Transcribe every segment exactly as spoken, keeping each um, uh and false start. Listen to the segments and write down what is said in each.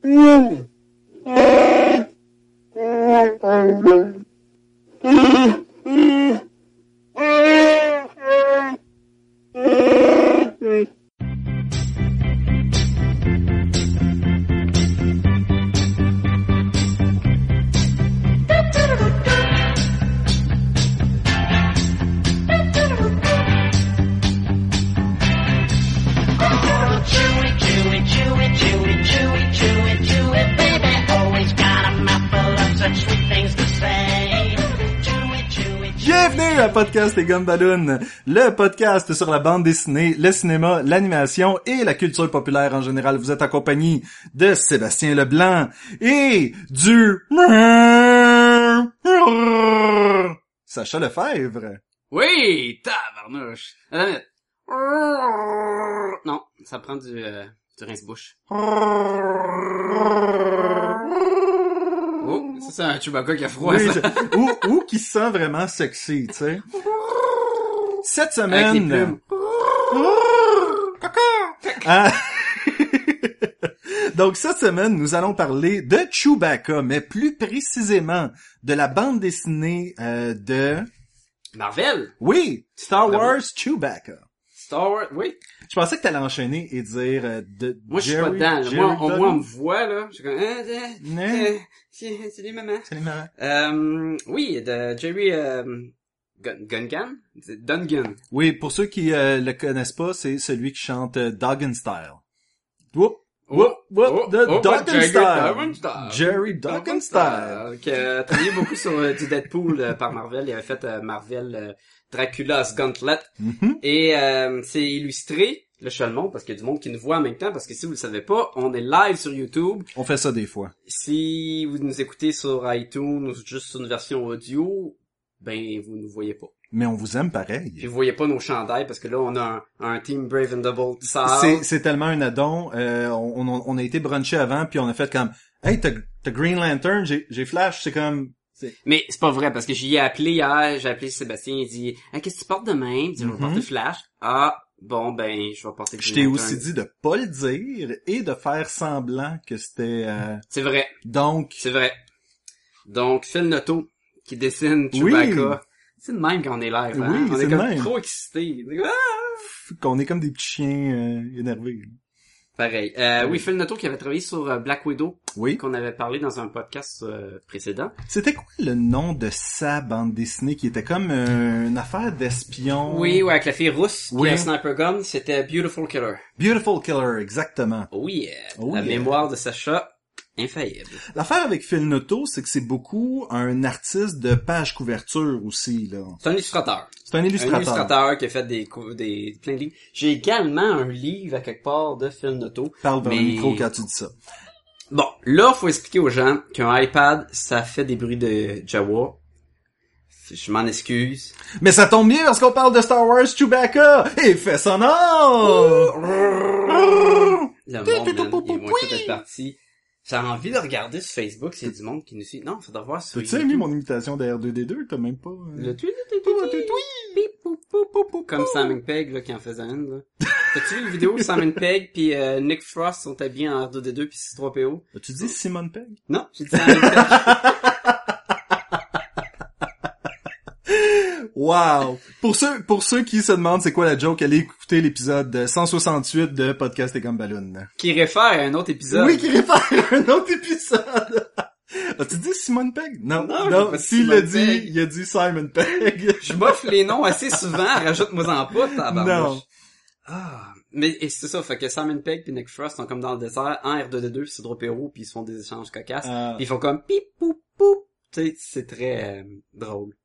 Podcast et Gumballoon, le podcast sur la bande dessinée, le cinéma, l'animation et la culture populaire en général. Vous êtes en compagnie de Sébastien Leblanc et du Sacha Lefebvre. Oui, tabarnouche. Non, ça prend du, euh, du rince-bouche. Oh, ça c'est un Chewbacca qui a froid, oui, ça. Je... ou, ou qui se sent vraiment sexy, tu sais. Cette semaine... Avec les plumes. Ah... Donc, cette semaine, nous allons parler de Chewbacca, mais plus précisément de la bande dessinée euh, de... Marvel? Oui, Star Bravo. Wars Chewbacca. Star Wars, oui. Je pensais que t'allais enchaîner et dire euh, de Moi, je suis Jerry, pas dedans. Là. Jerry Moi, on, Duggan. moi, on me voit, là. Je suis comme, euh, euh, Non. euh, c'est, c'est les mamans. C'est les marrants. Euh, oui, de Jerry, euh, Gun, Gungan? C'est Dungan. Oui, pour ceux qui euh, le connaissent pas, c'est celui qui chante euh, Duggan Style. Whoop, whoop, whoop, Oh, de oh, Duggan Jerry Style. Duggan Style. Jerry Duggan Style. Qui a travaillé beaucoup sur euh, du Deadpool euh, par Marvel. Il avait fait euh, Marvel euh, Dracula's Gauntlet. Mm-hmm. Et euh, c'est illustré. Là, je suis le monde parce qu'il y a du monde qui nous voit en même temps. Parce que si vous le savez pas, on est live sur YouTube. On fait ça des fois. Si vous nous écoutez sur iTunes ou juste sur une version audio, ben vous nous voyez pas. Mais on vous aime pareil. Puis vous voyez pas nos chandails parce que là, on a un, un Team Brave and the Bold sale. C'est, c'est tellement un addon. Euh, on, on, on a été brunché avant, puis on a fait comme, hey, t'as, t'as Green Lantern, j'ai, j'ai Flash, c'est comme... C'est... Mais c'est pas vrai, parce que j'y ai appelé hier, j'ai appelé Sébastien, il dit ah, « qu'est-ce que tu portes demain? » Il dit « je vais Mm-hmm. porter Flash. » Ah, bon, ben, je vais porter Green Je t'ai Lantern. aussi dit de pas le dire et de faire semblant que c'était... Euh... C'est vrai, Donc... c'est vrai. Donc, Phil Noto, qui dessine Chewbacca. Oui. C'est de même qu'on est live, hein? Oui, on c'est est de comme même. trop excités. Ah! Qu'on est comme des petits chiens euh, énervés. Pareil. Euh, Oui. oui, Phil Noto qui avait travaillé sur euh, Black Widow, Oui. qu'on avait parlé dans un podcast euh, précédent. C'était quoi le nom de sa bande dessinée qui était comme euh, une affaire d'espion? Oui, ouais, avec la fille rousse Oui. qui a un sniper gun, c'était Beautiful Killer. Beautiful Killer, exactement. Oh yeah! Oh la yeah. mémoire de Sacha, infaillible. L'affaire avec Phil Noto, c'est que c'est beaucoup un artiste de page couverture aussi, là. C'est un illustrateur. C'est un illustrateur. Un illustrateur qui a fait des, cou- des plein de livres. J'ai également un livre à quelque part de Phil Noto. Parle vers mais... le micro quand tu dis ça. Bon, là, faut expliquer aux gens qu'un iPad, ça fait des bruits de Jawa. Je m'en excuse. Mais ça tombe bien parce qu'on parle de Star Wars Chewbacca! Et fait sonore! Le monde, man, ils vont tous être partis. J'ai envie de regarder sur Facebook s'il y a du monde qui nous suit. Non, faudra voir sur T'as-tu aimé mon imitation de R deux D deux? T'as même pas... euh, Le tweet, comme Simon Pegg, là, qui en faisait une, là. T'as-tu vu la vidéo où Simon Pegg pis euh, Nick Frost sont habillés en R deux D deux pis C trois P O? As-tu dit Simon Pegg? Non, j'ai dit Simon Pegg. Wow! Pour ceux, pour ceux qui se demandent c'est quoi la joke, allez écouter l'épisode cent soixante-huit de Podcast et Gumballoon. Qui réfère à un autre épisode. Oui, qui réfère à un autre épisode. As-tu dit Simon Pegg? Non, Non, non, j'ai pas dit s'il Simon l'a dit, Pegg. il a dit Simon Pegg. Je m'offre les noms assez souvent, rajoute-moi en pas, tabarnouche. Non. Ah. Mais, et c'est ça, fait que Simon Pegg pis Nick Frost sont comme dans le désert, en R deux D deux pis C trois P O pis ils se font des échanges cocasses. Ah. Pis ils font comme pip, poup, poup. Tu sais, c'est très, euh, drôle.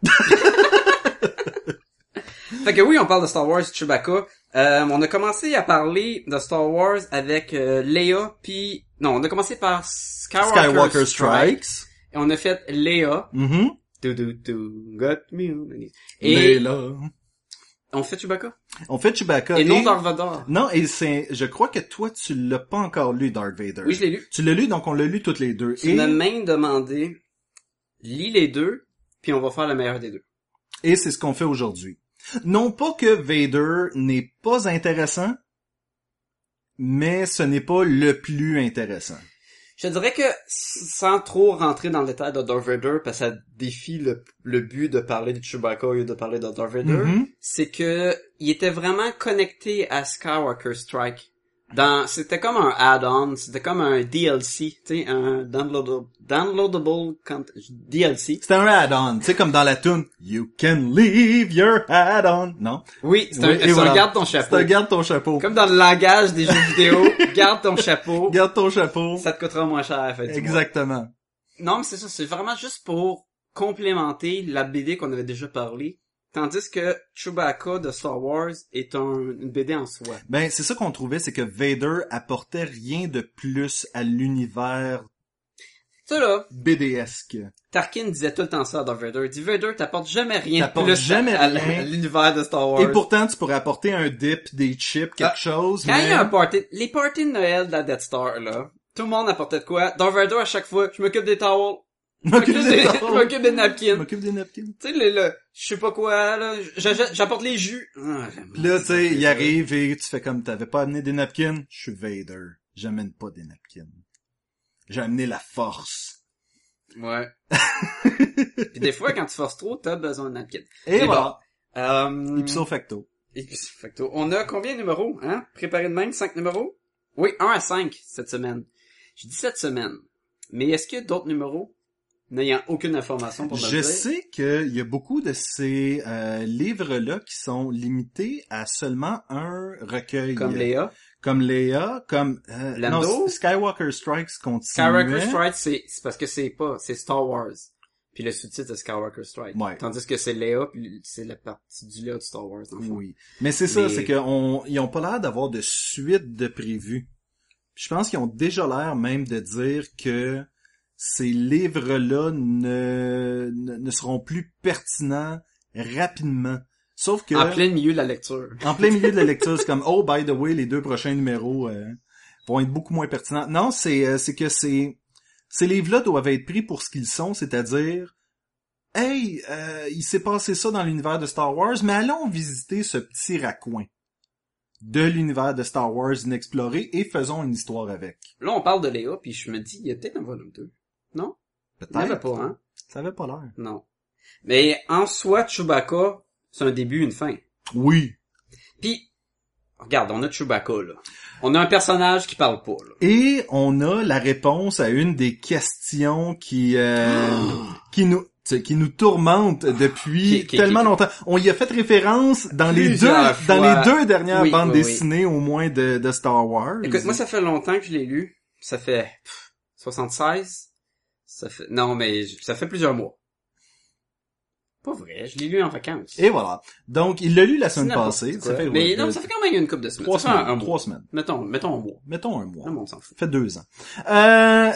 Fait que oui, on parle de Star Wars Chewbacca. Euh, on a commencé à parler de Star Wars avec euh, Leia, puis non, on a commencé par Skywalker, Skywalker Strikes. Strikes. Et on a fait Leia. Mm-hmm. Do, do, do, got me on my knees. Et Mais là... on fait Chewbacca. On fait Chewbacca. Et non Darth Vader. Non, et c'est, je crois que toi, tu l'as pas encore lu, Darth Vader. Oui, je l'ai lu. Tu l'as lu, donc on l'a lu toutes les deux. Tu et... m'as même demandé, lis les deux, puis on va faire le meilleur des deux. Et c'est ce qu'on fait aujourd'hui. Non pas que Vader n'est pas intéressant, mais ce n'est pas le plus intéressant. Je dirais que, sans trop rentrer dans le détail de Darth Vader, parce que ça défie le, le but de parler de Chewbacca et de parler de Darth Vader, Mm-hmm. c'est que il était vraiment connecté à Skywalker Strike. Dans, c'était comme un add-on, c'était comme un D L C, tu sais, un downloadable, downloadable content, D L C. C'était un add-on, tu sais, comme dans la tune You can leave your add-on, non? Oui, c'est Oui, un, et c'est voilà. un garde ton chapeau. C'est un garde ton chapeau. Comme dans le langage des jeux vidéo, garde ton chapeau. Garde ton chapeau. Ça te coûtera moins cher à la fin du mois. Exactement. Non, mais c'est ça, c'est vraiment juste pour complémenter la B D qu'on avait déjà parlé. Tandis que Chewbacca de Star Wars est un, une B D en soi. Ben, c'est ça qu'on trouvait, c'est que Vader apportait rien de plus à l'univers Ça là, B D-esque. Tarkin disait tout le temps ça à Darth Vader. Il dit Vader, t'apportes jamais rien de T'apportes plus jamais à, à rien. l'univers de Star Wars. Et pourtant, tu pourrais apporter un dip, des chips, quelque Ah, chose, Quand mais... il y a un party, les parties de Noël de la Death Star, là, tout le monde apportait de quoi? Darth Vader, à chaque fois, je m'occupe des towels. Je m'occupe des Je towels. m'occupe des Je napkins. m'occupe des napkins. Tu sais, le, le, je sais pas quoi, là, j'achète- j'apporte les jus. Ah, Pis là, tu sais, il arrive et tu fais comme t'avais pas amené des napkins. Je suis Vader. J'amène pas des napkins. J'ai amené la force. Ouais. Puis des fois, quand tu forces trop, t'as besoin de napkins. Et Mais voilà. bon, euh... Ipso facto. Ipso facto. On a combien de numéros, hein? Préparé de même, cinq numéros? Oui, un à cinq cette semaine. Je dis cette semaine. Mais est-ce qu'il y a d'autres numéros? N'ayant aucune information pour me Je le dire. sais qu'il y a beaucoup de ces euh, livres-là qui sont limités à seulement un recueil. Comme Léa. Comme Léa, comme... Euh, Lando? non, Skywalker Strikes continue. Skywalker Strike, c'est, c'est parce que c'est pas, c'est Star Wars. Puis le sous-titre c'est Skywalker Strike. Ouais. Tandis que c'est Léa, puis c'est la partie du Léa de Star Wars, en fait. Oui. Mais c'est ça, Mais- c'est qu'ils ils ont pas l'air d'avoir de suite de prévu. Je pense qu'ils ont déjà l'air même de dire que ces livres-là ne, ne, ne seront plus pertinents rapidement. Sauf que... En plein milieu de la lecture. En plein milieu de la lecture, c'est comme, oh, by the way, les deux prochains numéros euh, vont être beaucoup moins pertinents. Non, c'est euh, c'est que ces, ces livres-là doivent être pris pour ce qu'ils sont, c'est-à-dire, hey, euh, il s'est passé ça dans l'univers de Star Wars, mais allons visiter ce petit raccoin de l'univers de Star Wars inexploré et faisons une histoire avec. Là, on parle de Léa, puis je me dis, il y a peut-être un volume deux. Non? Il n'y en avait Peut-être. pas, hein? Ça avait pas l'air. Non. Mais en soi, Chewbacca, c'est un début, une fin. Oui. Puis, regarde, on a Chewbacca, là. On a un personnage qui parle pas, là. Et on a la réponse à une des questions qui euh, qui nous tu sais, qui nous tourmente depuis Qui- qui- tellement qui- longtemps. On y a fait référence dans les deux Plusieurs fois. dans les deux dernières Oui, bandes oui, oui. dessinées au moins de, de Star Wars. Écoute, moi, ça fait longtemps que je l'ai lu. Ça fait pff, soixante-seize. Ça fait... Non, mais j- ça fait plusieurs mois. Pas vrai, je l'ai lu en vacances. Et voilà. Donc il l'a lu la C'est semaine n'importe passée. quoi. Ça fait Mais ouais, non, deux- ça fait quand même une couple de semaines. trois Ça fait un- semaines. un mois. Trois semaines. Mettons, mettons un mois. Mettons un mois. Le monde s'en fout. Ça fait deux ans. Euh...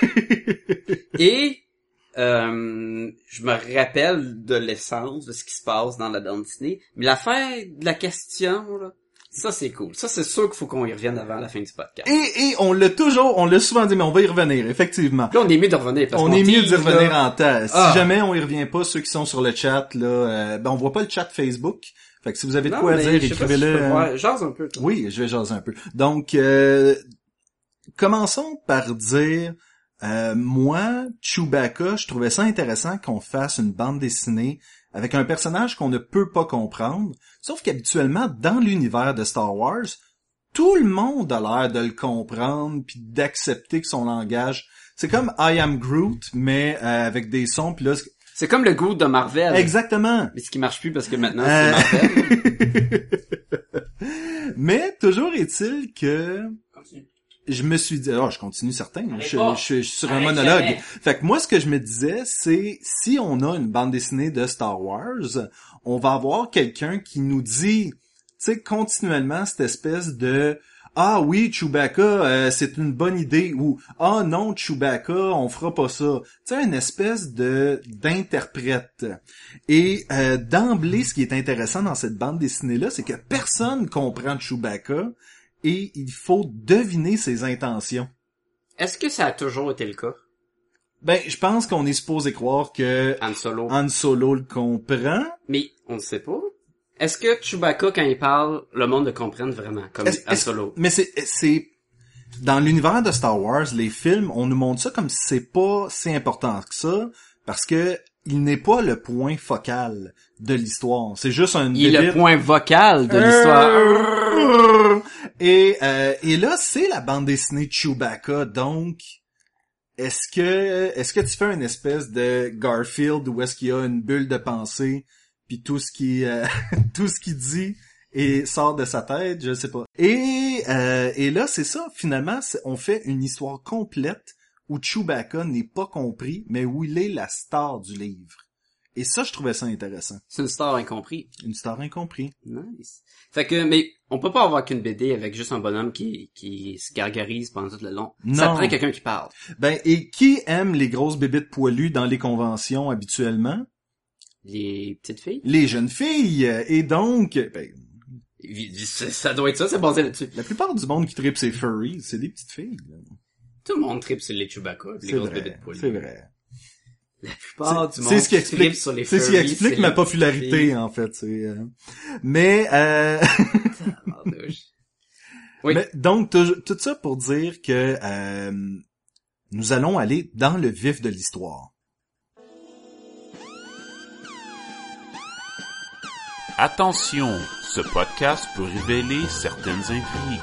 Et euh, je me rappelle de l'essence de ce qui se passe dans la bande dessinée. Mais la fin de la question, là, ça c'est cool. Ça c'est sûr qu'il faut qu'on y revienne avant la fin du podcast. et, et on l'a toujours, on l'a souvent dit, mais on va y revenir, effectivement. Là, on est mieux de revenir. Parce On qu'on est mieux tease, d'y revenir là. en temps. Si Ah. jamais on y revient pas, ceux qui sont sur le chat, là, euh, ben on voit pas le chat Facebook. Fait que si vous avez de Non, quoi à mais dire, je sais pas si écrivez-le. je peux euh, voir. Jase un peu, toi. Oui, je vais jaser un peu. Donc, euh, commençons par dire, euh, moi, Chewbacca, je trouvais ça intéressant qu'on fasse une bande dessinée avec un personnage qu'on ne peut pas comprendre, sauf qu'habituellement, dans l'univers de Star Wars, tout le monde a l'air de le comprendre puis d'accepter que son langage, c'est comme I am Groot, mais euh, avec des sons, puis là, c'est- C'est comme le goût de Marvel. exactement. Mais ce qui marche plus parce que maintenant Euh. c'est Marvel. Mais toujours est-il que je me suis dit, oh, je continue certain, je, je, pas. je- je suis sur un Arrête monologue. jamais. Fait que moi, ce que je me disais, c'est, si on a une bande dessinée de Star Wars, on va avoir quelqu'un qui nous dit, tu sais, continuellement, cette espèce de, ah oui, Chewbacca, euh, c'est une bonne idée, ou, ah non, Chewbacca, on fera pas ça. Tu sais, une espèce de, d'interprète. Et, euh, d'emblée, ce qui est intéressant dans cette bande dessinée-là, c'est que personne comprend Chewbacca, et il faut deviner ses intentions. Est-ce que ça a toujours été le cas? Ben, je pense qu'on est supposé croire que Han Solo. Han Solo le comprend. Mais on ne sait pas. Est-ce que Chewbacca, quand il parle, le monde le comprenne vraiment, comme Est-ce- Han est-ce- Solo? Mais c'est, c'est, dans l'univers de Star Wars, les films, on nous montre ça comme si c'est pas si important que ça, parce que il n'est pas le point focal de l'histoire. C'est juste un Il est bébite. le point vocal de l'histoire. Et, euh, et là, c'est la bande dessinée de Chewbacca, donc, est-ce que, est-ce que tu fais une espèce de Garfield où est-ce qu'il y a une bulle de pensée, puis tout ce qui, euh, tout ce qu'il dit et sort de sa tête, je sais pas. Et, euh, et là, c'est ça, finalement, c'est- on fait une histoire complète où Chewbacca n'est pas compris, mais où il est la star du livre. Et ça, je trouvais ça intéressant. C'est une star incompris. Une star incompris. Nice. Fait que, mais on peut pas avoir qu'une B D avec juste un bonhomme qui, qui se gargarise pendant tout le long. Ça Non. prend quelqu'un qui parle. Ben, et qui aime les grosses bébites poilues dans les conventions habituellement? Les petites filles. Les jeunes filles. Et donc, ben, Ça ça doit être ça, c'est basé là-dessus. la plupart du monde qui tripe ces furries, c'est des petites filles. Là. Tout le monde tripe sur les Chewbacca, les C'est grosses vrai, bébés de poils. c'est vrai. La plupart C'est du monde c'est ce qui explique, tripe sur les c'est ce qui furries, explique c'est ma les popularité, filles. en fait. C'est, euh, mais, euh... Tabarnouche. Oui. mais donc, tout, tout ça pour dire que euh, nous allons aller dans le vif de l'histoire. Attention, ce podcast peut révéler certaines intrigues.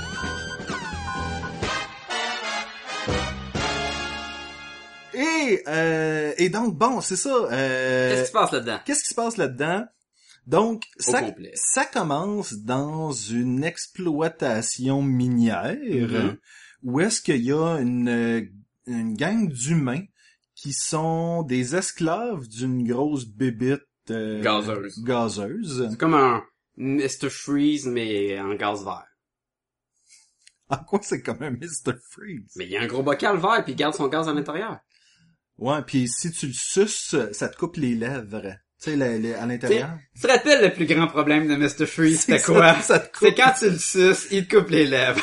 Et, euh, et donc, bon, c'est ça. Euh, Qu'est-ce qui se passe là-dedans? Qu'est-ce qui se passe là-dedans? Donc, ça, complet. ça commence dans une exploitation minière Mhm. où est-ce qu'il y a une, euh, une gang d'humains qui sont des esclaves d'une grosse bébite euh, Gazeuse. gazeuse. C'est comme un mister Freeze, mais en gaz vert. En quoi c'est comme un mister Freeze? Mais il y a un gros bocal vert, puis il garde son gaz à l'intérieur. Ouais, puis si tu le suces, ça te coupe les lèvres. Tu sais, le- le- à l'intérieur. Tu te rappelles le plus grand problème de mister Freeze, c'était C'est quoi? ça, ça te coupe. C'est quand tu le suces, il te coupe les lèvres.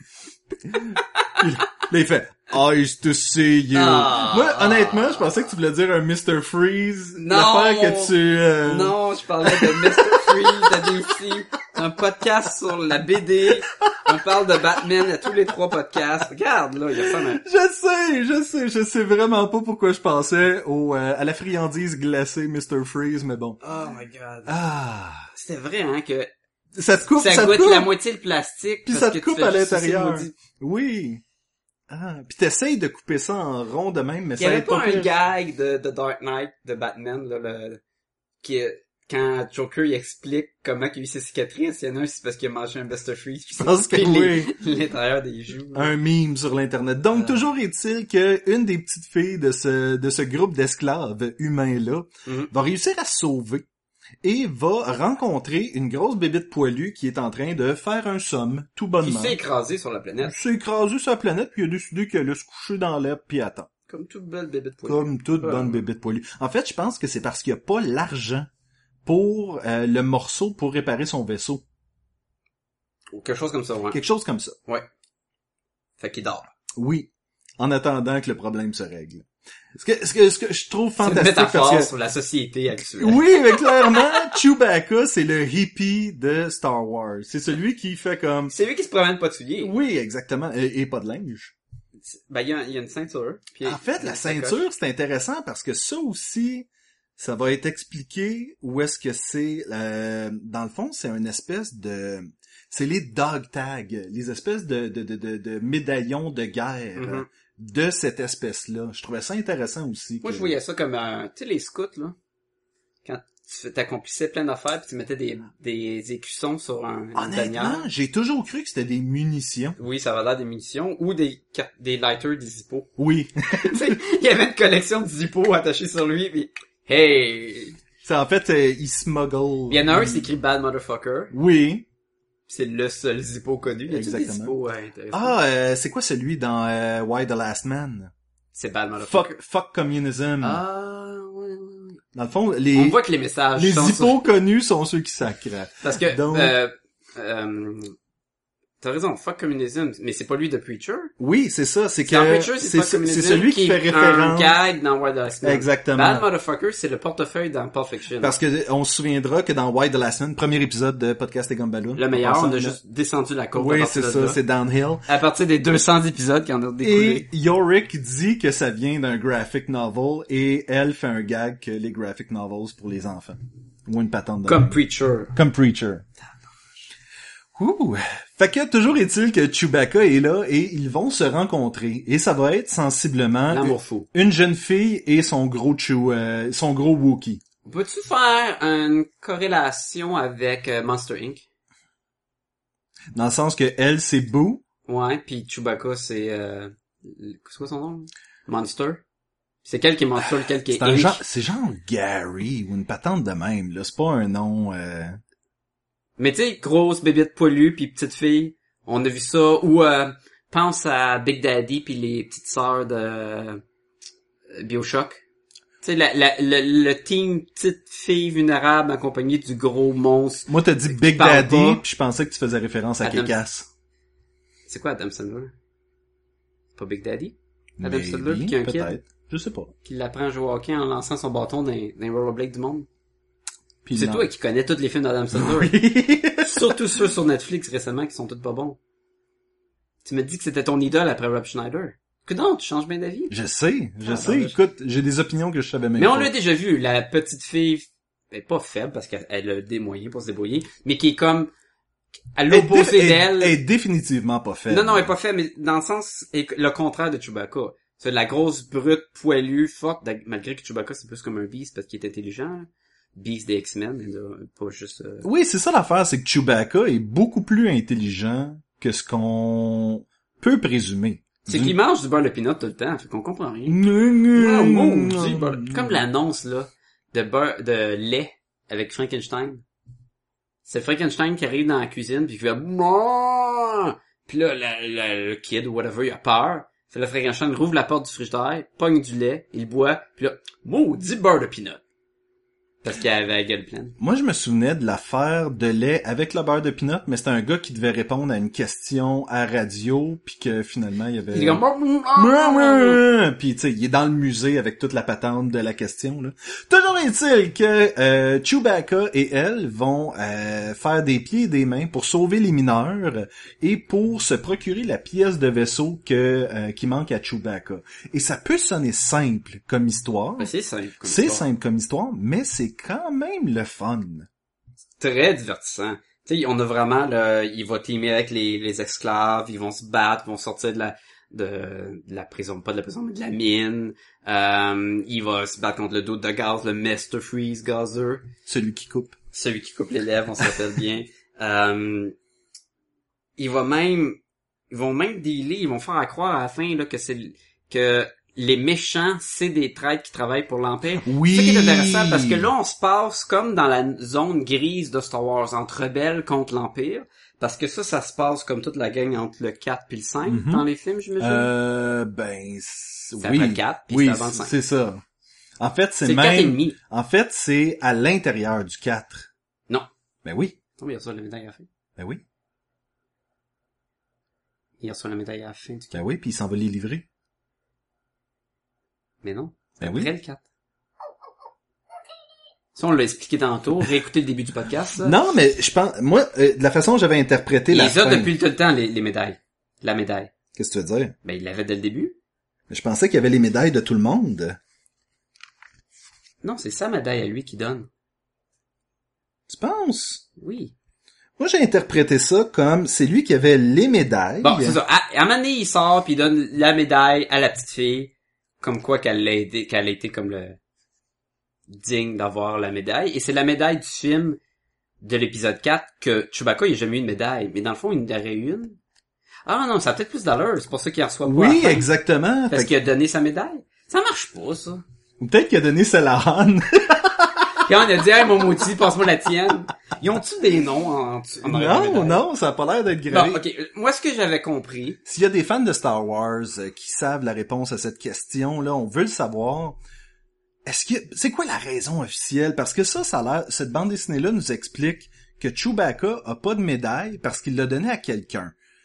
Là, il fait « Ice to see you Ah. Moi, honnêtement, je pensais que tu voulais dire un mister Freeze. Non. L'affaire que tu... euh, Non, je parlais de mister Freeze de D C. Un podcast sur la B D. On parle de Batman à tous les trois podcasts. Regarde, là, il y a ça, mais... Je sais, je sais, je sais vraiment pas pourquoi je pensais au euh, à la friandise glacée mister Freeze, mais bon. Oh my god. Ah, C'était vrai, hein, que ça te coupe, ça, ça te goûte coupe. la moitié le plastique. Puis parce ça te que tu coupe fais à juste sucer le l'intérieur. maudit. Oui. Ah, puis t'essayes de couper ça en rond de même, mais Il y ça avait aide pas pas un pire. gag de, de Dark Knight de Batman, là, le, qui, quand Joker, il explique comment il a eu ses cicatrices, il y en a un, c'est parce qu'il a mangé un Mister Freeze. Je pense que Puis oui. les- l'intérieur des joues. là. Un meme sur l'internet. Donc Ah. toujours est-il que une des petites filles de ce de ce groupe d'esclaves humains là Mhm. va réussir à se sauver et va rencontrer une grosse bébite poilue qui est en train de faire un somme tout Qui bonnement. s'est écrasé sur la planète. Il s'est écrasé sur la planète puis il a décidé qu'elle allait se coucher dans l'herbe puis attendre. Comme toute belle bébé de poil. Comme toute Ouais. bonne bébite poilue. En fait, je pense que c'est parce qu'il n'y a pas l'argent pour euh, le morceau pour réparer son vaisseau. Ou quelque chose comme ça, ouais. Quelque chose comme ça. Ouais. Fait qu'il dort. Oui. En attendant que le problème se règle. Ce que, ce que, ce que je trouve C'est une fantastique métaphore parce que... sur la société actuelle. Oui, mais clairement, Chewbacca, c'est le hippie de Star Wars. C'est celui qui fait comme... C'est lui qui se promène pas de souliers. Oui, exactement. Et, et pas de linge. Ben, il y a, il y a une ceinture. Puis En fait, il y a la une sacoche. ceinture, c'est intéressant parce que ça aussi, ça va être expliqué où est-ce que c'est... euh, dans le fond, c'est une espèce de... C'est les dog tags, les espèces de, de, de, de, de médaillons de guerre Mhm. de cette espèce-là. Je trouvais ça intéressant aussi. Moi, que- je voyais ça comme un... Tu sais, les scouts, là. Quand tu t'accomplissais plein d'affaires, puis tu mettais des, des écussons sur un, une Honnêtement, bannière. j'ai toujours cru que c'était des munitions. Oui, ça va l'air des munitions. Ou des, car- des lighters, des zippos. Oui. Tu sais, il y avait une collection de zippos attachés sur lui, puis... Hey! C'est en fait, euh, il smuggle. Il y en a un, c'est écrit Bad Motherfucker. Oui. C'est le seul zippo connu. Y a-t-il des Exactement. zippos euh, intéressants? Ah, euh, c'est quoi celui dans euh, Why the Last Man? C'est Bad Motherfucker. Fuck, fuck communism. Ah, ouais, ouais, ouais. Dans le fond, On les, voit que les messages les sont hippos connus sont ceux qui sacrent. Parce que, Donc- euh, euh, T'as raison, fuck communism, mais c'est pas lui de Preacher. Oui, c'est ça, c'est que Dans Preacher, c'est, c'est, fuck communism, c'est celui qui, qui fait est référence. un gag dans Why the Last Man. Exactement. Bad Motherfucker, c'est le portefeuille dans Pulp Fiction. Parce que on se souviendra que dans Why the Last Man, premier épisode de Podcast et Gumballoon. Le meilleur, on a là. juste descendu la côte. Oui, à c'est partir de ça, là. c'est Downhill. À partir des deux cents épisodes qu'on a découlé. Et Yorick dit que ça vient d'un graphic novel et elle fait un gag que les graphic novels pour les enfants. Ou une patente de Comme même. Preacher. Comme Preacher. Ouh. Fait que toujours est-il que Chewbacca est là et ils vont se rencontrer et ça va être sensiblement L'amour fou. une jeune fille et son gros Chew, euh, son gros Wookiee. Peux-tu faire une corrélation avec euh, Monster Incorporated? Dans le sens que elle c'est Boo. Ouais, puis Chewbacca c'est euh, c'est quoi son nom? Monster. C'est quel qui est Monster, lequel qui est C'est un Inc. genre, c'est genre Gary ou une patente de même là. C'est pas un nom. Euh... Mais tu sais, grosse bébête poilue puis petite fille, on a vu ça. Ou euh, pense à Big Daddy puis les petites sœurs de euh, BioShock. Tu sais, la, la, le, le team petite fille vulnérable accompagnée du gros monstre. Moi t'as dit Qui Big parle Daddy pas. puis je pensais que tu faisais référence à Adam- Kekas. C'est quoi Adam Sandler? C'est pas Big Daddy? Adam Maybe, Sandler qui a un kid peut-être. Je sais pas. qui l'apprend à jouer au hockey en lançant son bâton dans, dans les rollerblades du monde. Puis C'est non. toi qui connais tous les films d'Adam Sandler. Oui. Surtout ceux sur Netflix récemment qui sont tous pas bons. Tu me dis que c'était ton idole après Rob Schneider. Que non, tu changes bien d'avis. Je sais, je Ah, sais. ben, Écoute, j'ai des opinions que je savais même Mais on pas. l'a déjà vu, la petite fille, elle est pas faible parce qu'elle a des moyens pour se débrouiller, mais qui est comme à Elle est l'opposé dé- d'elle. Elle elle est définitivement pas faible. Non, non, elle est pas faible, mais dans le sens, elle est le contraire de Chewbacca. C'est la grosse brute poilue, forte, malgré que Chewbacca c'est plus comme un beast parce qu'il est intelligent. Beast des X-Men, mais là, pas juste... Euh... Oui, c'est ça l'affaire, c'est que Chewbacca est beaucoup plus intelligent que ce qu'on peut présumer. C'est Du- qu'il mange du beurre de peanut tout le temps, fait qu'on comprend rien. Mmh, Ah, mmh, maudit mmh. beurre- Comme l'annonce, là, de beurre, de lait avec Frankenstein. C'est Frankenstein qui arrive dans la cuisine pis qui fait Mouah! Puis là, la- la- le kid ou whatever, il a peur. Fait le Frankenstein rouvre la porte du frigidaire, pogne du lait, il boit, puis là, maudit beurre de peanut. Parce qu'il avait la gueule pleine. Moi, je me souvenais de l'affaire de lait avec le beurre de peanut, mais c'était un gars qui devait répondre à une question à radio, puis que finalement, il y avait... Il est comme... Mouah, mouah. Puis tu sais, il est dans le musée avec toute la patente de la question là. Toujours est-il que euh, Chewbacca et elle vont euh, faire des pieds et des mains pour sauver les mineurs et pour se procurer la pièce de vaisseau que euh, qui manque à Chewbacca. Et ça peut sonner simple comme histoire. Ben, c'est simple. comme C'est histoire. simple comme histoire, mais c'est quand même le fun. Très divertissant. Tu sais, on a vraiment le, il va teamer avec les, les esclaves, ils vont se battre, ils vont sortir de la, de, de la prison, pas de la prison, mais de la mine. Euh, il va se battre contre le dos de gaz, le Mister Freeze Gazer. Celui qui coupe. Celui qui coupe les lèvres, on se rappelle bien. Euh, il va même, ils vont même dealer, ils vont faire à croire à la fin, là, que c'est, que les méchants, c'est des traîtres qui travaillent pour l'Empire. Oui. C'est ça qui est intéressant, parce que là, on se passe comme dans la zone grise de Star Wars, entre rebelles contre l'Empire. Parce que ça, ça se passe comme toute la gang entre le quatre puis le cinq, Mhm. dans les films, j'imagine. Euh, ben, c'est- C'est oui. après le quatre, puis oui, c'est avant le cinq. c'est ça. En fait, c'est C'est le quatre et même, demi. en fait, c'est à l'intérieur du quatre. Non. Ben oui. Non, mais il reçoit la médaille à la fin. Ben oui. Il reçoit la médaille à la fin du Ben quatre. oui, puis il s'en va les livrer. Mais non. Ben Après oui. le quatre. Ça, on l'a expliqué tantôt. Réécoutez le début du podcast, ça. Non, mais je pense, moi, euh, de la façon dont j'avais interprété Il la les a fin. depuis tout le temps, les, les médailles. La médaille. Qu'est-ce que tu veux dire? Ben, il l'avait dès le début. Je pensais qu'il y avait les médailles de tout le monde. Non, c'est sa médaille à lui qui donne. Tu penses? Oui. Moi, j'ai interprété ça comme c'est lui qui avait les médailles. Bon, c'est ça. À, à un moment donné, il sort puis il donne la médaille à la petite fille. Comme quoi qu'elle l'a aidé, qu'elle a été comme le digne d'avoir la médaille. Et c'est la médaille du film de l'épisode quatre que Chewbacca, il a jamais eu une médaille. Mais dans le fond, il en aurait eu une. Ah non, ça a peut-être plus d'allure. C'est pour ça qu'il en reçoit pas à Oui, la fin. exactement. Parce Fait qu'il a donné sa médaille. Ça marche pas, ça. que- Peut-être qu'il a donné celle à Han. Puis on a dit, hey, mon maudit, passe-moi la tienne. Ils ont-tu des noms en, en arrière de la Non, médaille? non, ça a pas l'air d'être gravé. Bon, ok. Moi, ce que j'avais compris, S'il y a des fans de Star Wars euh, qui savent la réponse à cette question, là, on veut le savoir. Est-ce que c'est quoi la raison officielle? Parce que ça, ça a l'air, cette bande dessinée-là nous explique que Chewbacca a pas de médaille parce qu'il l'a donné à quelqu'un.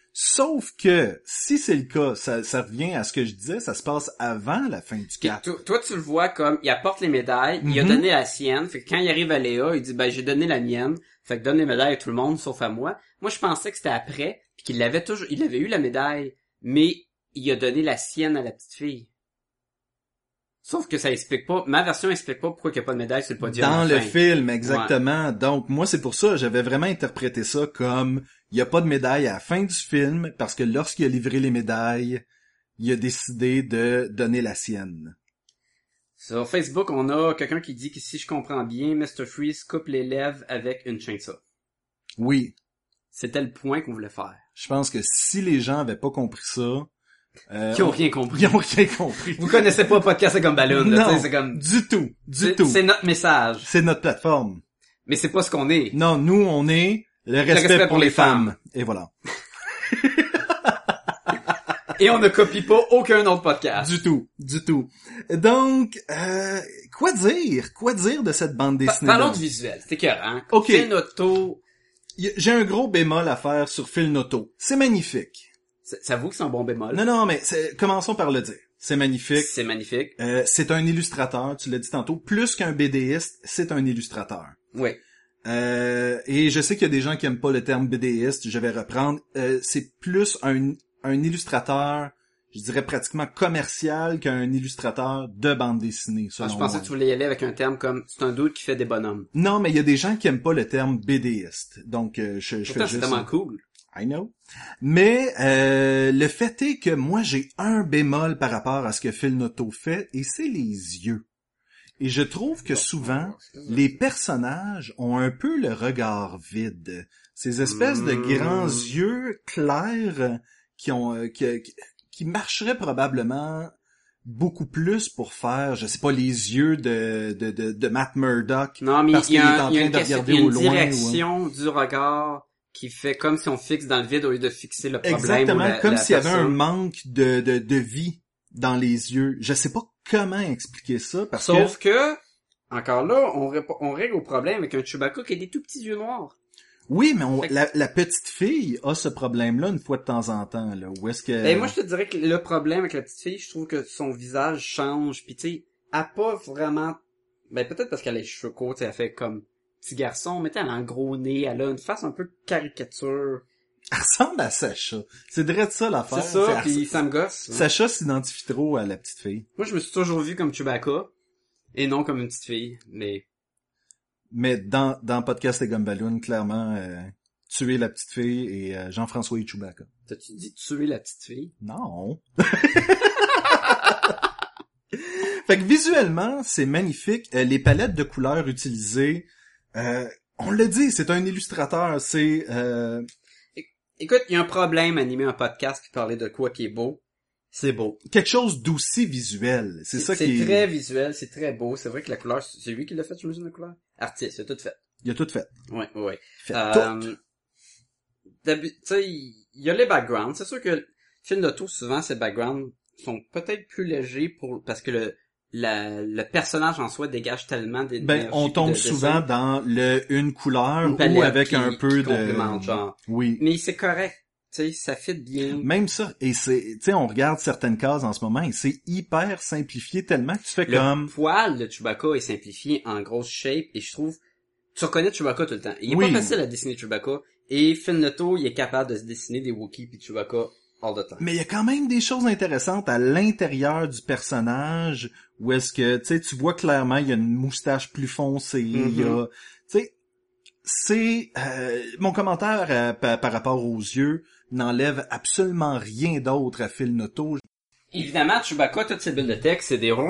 Sauf que, si c'est le cas, ça, ça revient à ce que je disais, ça se passe avant la fin du quatre. Toi, toi, tu le vois comme, il apporte les médailles, il a Mhm. donné la sienne, fait que quand il arrive à Léa, il dit, ben, j'ai donné la mienne, fait que donne les médailles à tout le monde, sauf à moi. Moi, je pensais que c'était après, puis qu'il l'avait toujours, il avait eu la médaille, mais il a donné la sienne à la petite fille. Sauf que ça explique pas, ma version explique pas pourquoi il n'y a pas de médaille sur le podium. Dans à la le fin. film, exactement. Donc, moi, c'est pour ça, j'avais vraiment interprété ça comme, il n'y a pas de médaille à la fin du film, parce que lorsqu'il a livré les médailles, il a décidé de donner la sienne. Sur Facebook, on a quelqu'un qui dit que si je comprends bien, mister Freeze coupe les lèvres avec une chainsaw. Oui. C'était le point qu'on voulait faire. Je pense que si les gens avaient pas compris ça, euh, Qui ont rien compris. ils ont rien compris. Vous connaissez pas le podcast C'est comme Balloon, là, tu sais, Non, c'est comme... du tout, du C'est tout. c'est notre message. C'est notre plateforme. Mais c'est pas ce qu'on est. Non, nous, on est le respect, respect pour, pour les les femmes. femmes. Et voilà. Et on ne copie pas aucun autre podcast. Du tout, du tout. Donc, euh, quoi dire? Quoi dire de cette bande Pa- dessinée? Parlons du visuel, c'est écœurant. Ok. Phil Noto, Y- J'ai un gros bémol à faire sur Phil Noto. C'est magnifique. c'est- ça vaut que c'est un bon bémol. Non, non, mais c'est- commençons par le dire. C'est magnifique. C'est magnifique. Euh, c'est un illustrateur, tu l'as dit tantôt. Plus qu'un BDiste, c'est un illustrateur. Oui. Euh, et je sais qu'il y a des gens qui aiment pas le terme BDiste, je vais reprendre. Euh, c'est plus un, un illustrateur, je dirais pratiquement commercial qu'un illustrateur de bande dessinée, Ah, selon je pensais moi. que tu voulais y aller avec un terme comme c'est un dude qui fait des bonhommes. Non, mais il y a des gens qui aiment pas le terme BDiste. Donc, euh, je, je fais Pourtant, c'est juste... tellement cool. I know. Mais euh, le fait est que moi, j'ai un bémol par rapport à ce que Phil Noto fait, et c'est les yeux. Et je trouve que souvent, les personnages ont un peu le regard vide. Ces espèces de Mm. grands yeux clairs qui ont euh, qui, qui- qui marcheraient probablement beaucoup plus pour faire, je sais pas, les yeux de de de, de Matt Murdock. Non, mais Parce il y a, qu'il est un- en il y a train une, de question- regarder il y a au une loin, direction du regard qui fait comme si on fixe dans le vide au lieu de fixer le problème. Exactement, ou la- comme la s'il y avait un personne. manque de, de de vie dans les yeux. Je sais pas comment expliquer ça parce Sauf que que, encore là, on, rép- on règle au problème avec un Chewbacca qui a des tout petits yeux noirs. oui, mais on- Fait que- la, la petite fille a ce problème-là une fois de temps en temps là. Où est-ce que Ben, moi, je te dirais que le problème avec la petite fille, je trouve que son visage change, pis tu sais, elle a pas vraiment... Ben, peut-être parce qu'elle a les cheveux courts, tu sais, elle fait comme petit garçon, mais tu sais, elle a un gros nez, elle a une face un peu caricature. elle ressemble à Sacha. C'est vrai de ça l'affaire. C'est ça, C'est- pis ça me gosse. hein. Sacha s'identifie trop à la petite fille. Moi, je me suis toujours vu comme Chewbacca, et non comme une petite fille, mais... Mais dans dans podcast et Gumballoon, clairement, euh, tuer la petite fille et euh, Jean-François et Chewbacca. T'as-tu dit tuer la petite fille? Non. Fait que visuellement, c'est magnifique. Euh, les palettes de couleurs utilisées, euh, on l'a dit, c'est un illustrateur. C'est euh, Écoute, il y a un problème à animer un podcast puis parler de quoi qui est beau. C'est beau. quelque chose d'aussi visuel. C'est ça qui C'est est... très visuel, c'est très beau. C'est vrai que la couleur, c'est lui qui l'a fait, j'imagine, la couleur? Artiste, c'est tout fait. Il a tout fait. Ouais, ouais, ouais. Fait Euh, tout. d'habi- tu sais, il il y a les backgrounds. C'est sûr que film d'auto, souvent, ces backgrounds sont peut-être plus légers pour, parce que le, la, le personnage en soi dégage tellement d'énergie. Ben, on puis tombe de- de souvent ça. dans le une couleur Une palette ou avec qui- un peu qui de... complémente, genre. Oui. Mais c'est correct. Tu sais, ça fit bien. Même ça, et c'est, tu sais, on regarde certaines cases en ce moment et c'est hyper simplifié tellement que tu fais Le comme... poil de Chewbacca est simplifié en grosse shape et je trouve, tu reconnais Chewbacca tout le temps. Il est Oui. pas facile à dessiner Chewbacca et Phil Noto, il est capable de se dessiner des Wookiees puis Chewbacca all the time. Mais il y a quand même des choses intéressantes à l'intérieur du personnage où est-ce que, tu sais, tu vois clairement, il y a une moustache plus foncée, il y a... Tu sais, c'est... euh, mon commentaire euh, par, par rapport aux yeux n'enlève absolument rien d'autre à Phil Noto. Évidemment, Chewbacca, toutes ses bulles de texte, c'est des...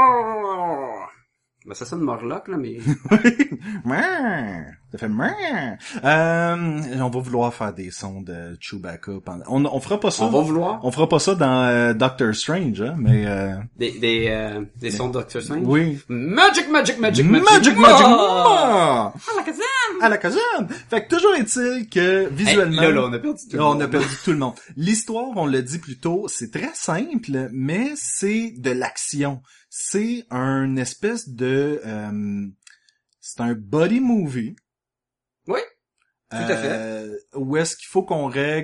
Ben, ça sonne Morlock, là, mais... Mouah! Ça fait mouah! Euh, on va vouloir faire des sons de Chewbacca pendant... On, on fera pas ça. On va vouloir On fera pas ça dans euh, Doctor Strange, hein, mais... Euh... des, des, euh, des sons de Doctor Strange. Oui. Magic, magic, magic, magic. Magic, magic, Ah! Mouah! Ah, la Kazam! À la Kazam! Fait que toujours est-il que, visuellement... Hey, là, là, on a perdu tout le Là, on monde. a perdu tout le monde. L'histoire, on l'a dit plus tôt, c'est très simple, mais c'est de l'action. C'est un espèce de... euh, c'est un body movie. Oui, tout à fait. Euh, où est-ce qu'il faut qu'on règle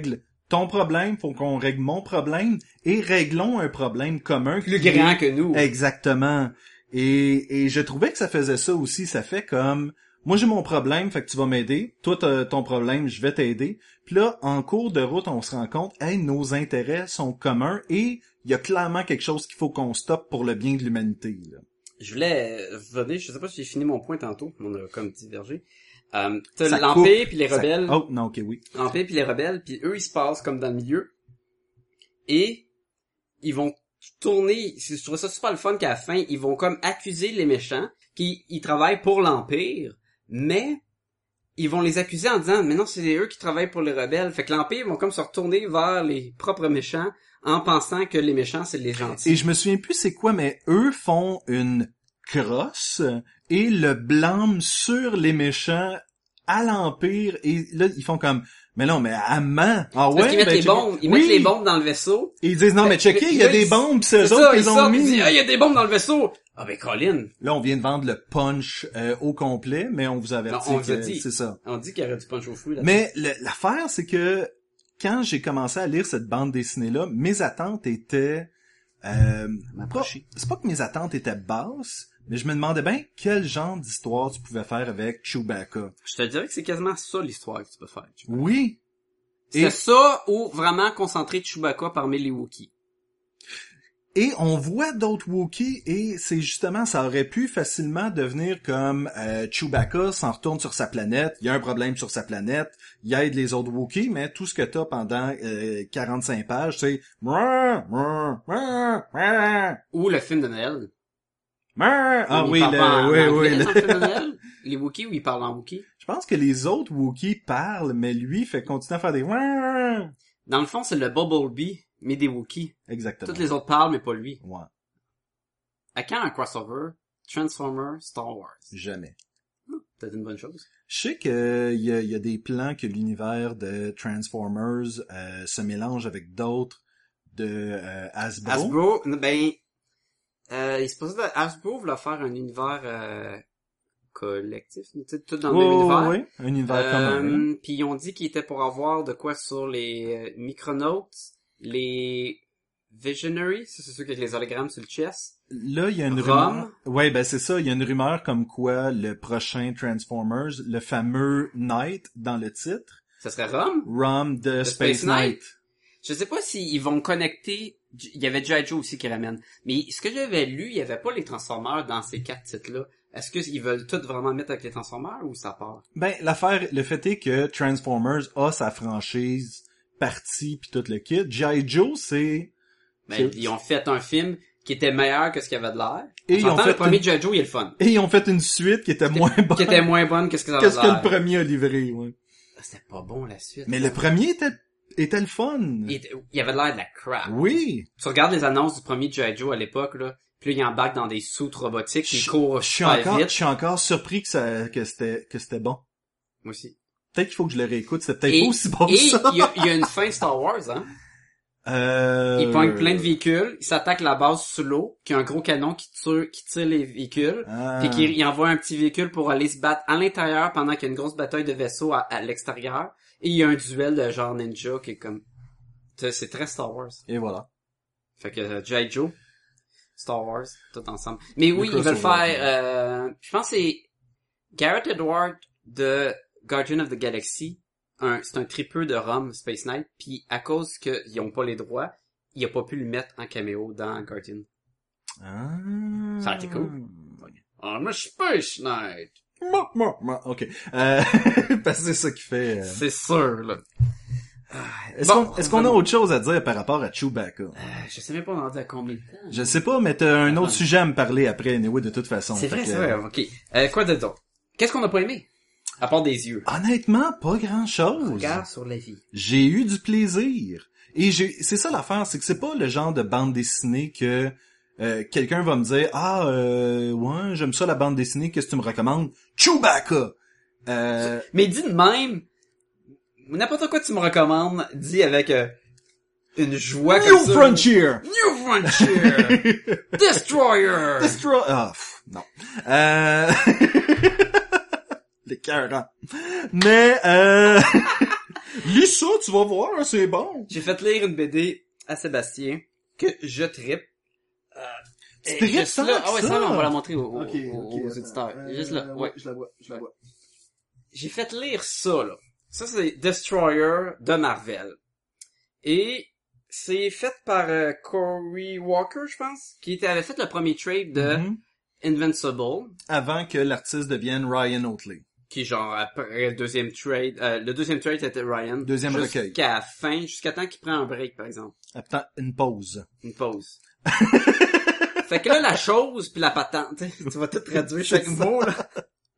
ton problème, faut qu'on règle mon problème et réglons un problème commun. Plus grand est... que nous. Exactement. Et, et je trouvais que ça faisait ça aussi. Ça fait comme, moi j'ai mon problème, fait que tu vas m'aider. Toi t'as ton problème, je vais t'aider. Puis là, en cours de route, on se rend compte, hey, nos intérêts sont communs et il y a clairement quelque chose qu'il faut qu'on stoppe pour le bien de l'humanité. Là. Je voulais venir, je sais pas si j'ai fini mon point tantôt, on a comme divergé. Euh, t'as l'Empire puis les rebelles. Ça... Oh, non, ok, oui. L'Empire puis les rebelles, puis eux, ils se passent comme dans le milieu. Et ils vont tourner, je trouve ça super le fun qu'à la fin, ils vont comme accuser les méchants, qui ils travaillent pour l'Empire, mais ils vont les accuser en disant, mais non, c'est eux qui travaillent pour les rebelles. Fait que l'Empire vont comme se retourner vers les propres méchants en pensant que les méchants, c'est les gentils. Et je me souviens plus c'est quoi, mais eux font une crosse et le blâment sur les méchants à l'Empire. Et là, ils font comme, mais non, mais amant. Ah ouais, parce qu'ils mettent ben, les bombes, ils oui. mettent les bombes dans le vaisseau. Et ils disent, non, mais checkez, il y a des bombes, pis c'est eux autres qu'ils ont mis. Ils disent, ah, il y a des bombes dans le vaisseau. Ah, ben, Colin. Là, on vient de vendre le punch euh, au complet, mais on vous avertit non, on que dit. c'est ça. On dit qu'il y aurait du punch au fruit, là. Mais le, l'affaire, c'est que quand j'ai commencé à lire cette bande dessinée-là, mes attentes étaient, euh, pas, c'est pas que mes attentes étaient basses, mais je me demandais bien quel genre d'histoire tu pouvais faire avec Chewbacca. Je te dirais que c'est quasiment ça l'histoire que tu peux faire. Tu oui. C'est et... ça ou vraiment concentrer Chewbacca parmi les Wookiees. Et on voit d'autres Wookiees et c'est justement, ça aurait pu facilement devenir comme euh, Chewbacca s'en retourne sur sa planète, il y a un problème sur sa planète, il aide les autres Wookiees, mais tout ce que t'as pendant euh, quarante-cinq pages, c'est... Ou le film de Noël. Ah oui, le, oui, oui. Le... film de Noël, les Wookiees où ils parlent en Wookiee. Je pense que les autres Wookiees parlent, mais lui fait continuer à faire des... Dans le fond, c'est le Bumblebee, mais des Wookiees. Exactement. Toutes les autres parlent, mais pas lui. Ouais. À quand un crossover Transformers Star Wars? Jamais. Hmm, peut-être une bonne chose. Je sais que il y a, y a des plans que l'univers de Transformers euh, se mélange avec d'autres de euh, Hasbro. Hasbro, ben, euh, il est supposé que Hasbro voulait faire un univers euh, collectif, tu sais, tout dans le oh, même univers. Oui, un univers euh, commun. Puis ils ont dit qu'il était pour avoir de quoi sur les euh, Micronauts, les Visionaries, c'est ceux avec les hologrammes sur le chest. Là, il y a une Rom. rumeur. Ouais, ben c'est ça, il y a une rumeur comme quoi le prochain Transformers, le fameux Knight dans le titre. Ça serait Rom? Rom de Space, Space Knight. Knight. Je sais pas s'ils vont connecter, il y avait G I. Joe aussi qui ramène. Mais ce que j'avais lu, il y avait pas les Transformers dans ces quatre titres-là. Est-ce qu'ils veulent tout vraiment mettre avec les Transformers ou ça part? Ben, l'affaire, le fait est que Transformers a sa franchise partie pis tout le kit. G I. Joe, c'est... Ben, ils ont fait un film qui était meilleur que ce qu'il y avait de l'air. Et ils ont fait le premier une... G I. Joe, il est le fun. Et ils ont fait une suite qui était, était moins bonne. Qui était moins bonne que ce que ça avait Qu'est-ce que le premier a livré, ouais. C'était pas bon, la suite. Mais le premier était, était le fun. Il, il avait l'air de la crap. Oui. Tu regardes les annonces du premier G I. Joe à l'époque, là, puis là, il embarque dans des soutes robotiques, puis il court je suis encore, vite. Je suis encore surpris que ça, que c'était, que c'était bon. Moi aussi. Peut-être qu'il faut que je le réécoute, c'est peut-être et, pas aussi bon et que ça. il y a, il y a une fin de Star Wars, hein. Euh... Il pogne plein de véhicules, il s'attaque la base sous l'eau, qui a un gros canon qui tire, qui tire les véhicules, ah. puis qu'il envoie un petit véhicule pour aller se battre à l'intérieur pendant qu'il y a une grosse bataille de vaisseaux à, à l'extérieur, et il y a un duel de genre ninja qui est comme, c'est très Star Wars. Et voilà. Fait que uh, G I. Joe, Star Wars, tout ensemble. Mais oui, ils veulent faire, euh, je pense que c'est Garrett Edwards de Guardian of the Galaxy. Un, c'est un tripeux de Rom, Space Knight, puis à cause qu'ils ont pas les droits, il a pas pu le mettre en caméo dans Guardian. Ah. Ça a été cool. I'm a Space Knight. Ok. Euh, parce que c'est ça qui fait... Euh... C'est sûr, là. Est-ce bon, qu'on, est-ce qu'on a autre chose à dire par rapport à Chewbacca? Euh, je sais même pas on en dit à combien de temps. Je sais pas, mais t'as un autre sujet à me parler après, anyway, de toute façon. C'est vrai, que... c'est vrai, ok. Euh, quoi d'autre? Qu'est-ce qu'on a pas aimé? À part des yeux. Honnêtement, pas grand-chose. Regarde sur la vie. J'ai eu du plaisir. Et j'ai, c'est ça l'affaire, c'est que c'est pas le genre de bande dessinée que euh, quelqu'un va me dire « Ah, euh, ouais, j'aime ça la bande dessinée, qu'est-ce que tu me recommandes? » Chewbacca! Euh... Mais dis de même, n'importe quoi tu me recommandes, dis avec euh, une joie New comme ça. Frontier! New Frontier! Destroyer! Destroyer! Ah, pff, non. Euh... Les cœurs, hein. Mais, euh... Lis ça, tu vas voir, c'est bon. J'ai fait lire une B D à Sébastien que je trippe. Euh, Tu tripes juste ça, là, ah ouais, ça? ça, là, on va la montrer aux, aux, Ok, aux- ok, aux attends. auditeurs. Euh, Juste là, ouais. Je la vois, je la Ouais. vois. J'ai fait lire ça, là. Ça, c'est Destroyer de Marvel. Et c'est fait par euh, Cory Walker, je pense, qui était, avait fait le premier trade de Mhm. Invincible, Avant que l'artiste devienne Ryan Oatley. qui genre après le deuxième trade, euh, le deuxième trade c'était Ryan. Deuxième recueil. Jusqu'à la fin, jusqu'à temps qu'il prend un break, par exemple. Attends, une pause. Une pause. Fait que là, la chose puis la patente, tu vas tout traduire chaque mot, là.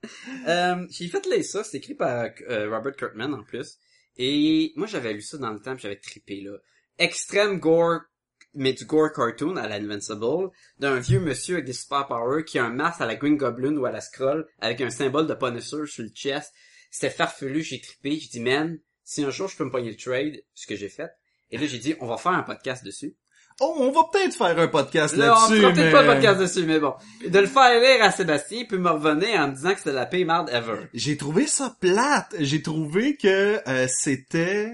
Euh, j'ai fait lire ça, c'est écrit par euh, Robert Kirkman en plus. Et moi j'avais lu ça dans le temps, puis j'avais trippé là. Extrême gore, mais du gore cartoon à la Invincible, d'un vieux monsieur avec des superpowers qui a un masque à la Green Goblin ou à la Skrull avec un symbole de Punisher sur le chest. C'était farfelu, j'ai trippé, j'ai dit man, si un jour je peux me pogner le trade, ce que j'ai fait. Et là j'ai dit on va faire un podcast dessus. Oh, on va peut-être faire un podcast Là, on là-dessus, fera peut-être mais... pas de podcast dessus, mais bon. De le faire lire à Sébastien, il peut me revenir en me disant que c'était la pire merde ever. J'ai trouvé ça plate. J'ai trouvé que euh, c'était...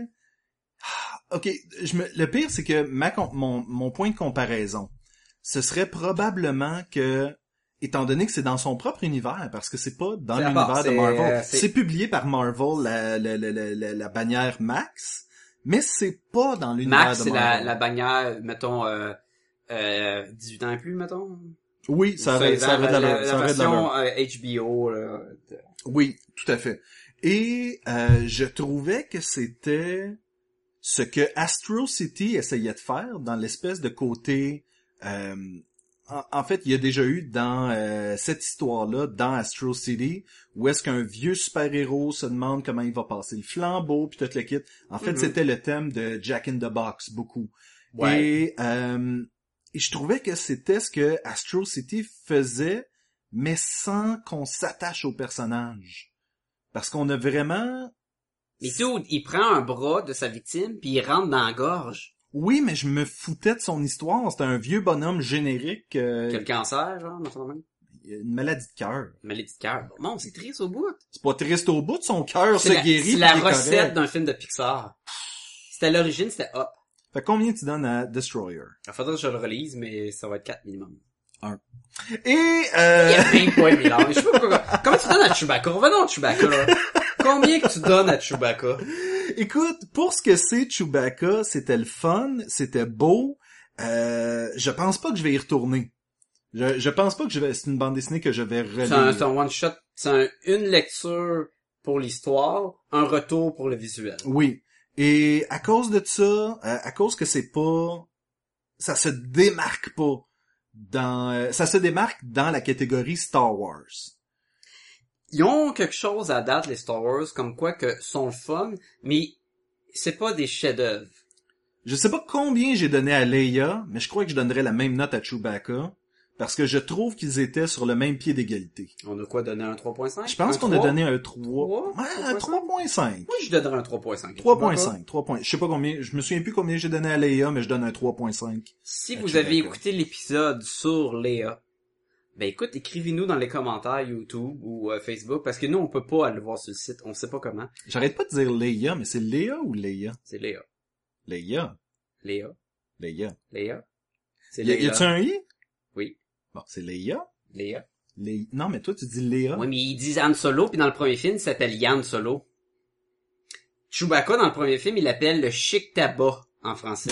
Ah, ok, je me... le pire, c'est que ma com- mon, mon point de comparaison, ce serait probablement que, étant donné que c'est dans son propre univers, parce que c'est pas dans C'est à l'univers part, de c'est, Marvel, euh, c'est- c'est publié par Marvel, la, la, la, la, la, la bannière Max, mais c'est pas dans l'univers Max, de c'est Marvel. la, la bannière, mettons, euh, euh, dix-huit ans et plus, mettons. Oui, ça aurait, ça aurait de la, l'allure, la, ça la aurait de l'allure. version euh, H B O, là. Oui, tout à fait. Et euh, je trouvais que c'était ce que Astro City essayait de faire dans l'espèce de côté... Euh, en, en fait, il y a déjà eu dans euh, cette histoire-là, dans Astro City, où est-ce qu'un vieux super-héros se demande comment il va passer le flambeau, puis tout le kit. En fait, Mhm. c'était le thème de Jack in the Box, beaucoup. Ouais. Et, euh, et je trouvais que c'était ce que Astro City faisait, mais sans qu'on s'attache au personnage. Parce qu'on a vraiment... Mais dude, il prend un bras de sa victime, puis il rentre dans la gorge. Oui, mais je me foutais de son histoire. C'était un vieux bonhomme générique. Euh, Quel cancer, genre, naturellement. une maladie de cœur. Maladie de cœur. Non, c'est triste au bout. C'est pas triste au bout de son cœur se C'est la, guérit. c'est la puis il est recette correct. d'un film de Pixar. C'était à l'origine, c'était Up. Fait combien tu donnes à Destroyer? Il faudrait que je le relise, mais ça va être quatre minimum. Et Il euh... y a même pas aimé l'art. Je sais pas pourquoi. Comment tu donnes à Chewbacca? Revenons à Chewbacca. Combien que tu donnes à Chewbacca? écoute, pour ce que c'est Chewbacca, c'était le fun, c'était beau. Euh, je pense pas que je vais y retourner. Je, je pense pas que je vais. C'est une bande dessinée que je vais relire. C'est un, c'est un one shot. C'est un- une lecture pour l'histoire, un retour pour le visuel. Oui. Et à cause de ça, euh, à cause que c'est pas, ça se démarque pas dans, euh, ça se démarque dans la catégorie Star Wars. Ils ont quelque chose à date, les Star Wars, comme quoi que sont le fun, mais c'est pas des chefs-d'œuvre. Je sais pas combien j'ai donné à Leia, mais je crois que je donnerais la même note à Chewbacca, parce que je trouve qu'ils étaient sur le même pied d'égalité. On a quoi donné un trois point cinq? Je pense Un qu'on a trois? donné un trois. Trois? Ouais, un trois point cinq. Moi, je donnerais un trois point cinq. trois point cinq, trois points. Je sais pas combien, je me souviens plus combien j'ai donné à Leia, mais je donne un trois point cinq. Si à vous Chewbacca. avez écouté l'épisode sur Léa, ben écoute, écrivez-nous dans les commentaires YouTube ou euh, Facebook, parce que nous, on peut pas aller le voir sur le site, on sait pas comment. J'arrête pas de dire Leia, mais c'est Léa ou Leia? C'est Léa. Leia. Léa. Leia. Léa. C'est Y, a- y Léa. a-tu un i? Oui. Bon, c'est Leia. Léa. Lé- Non, mais toi, tu dis Léa. Oui, mais ils disent Han Solo, puis dans le premier film, il s'appelle Yann Solo. Chewbacca, dans le premier film, il l'appelle le Chic Tabac, en français.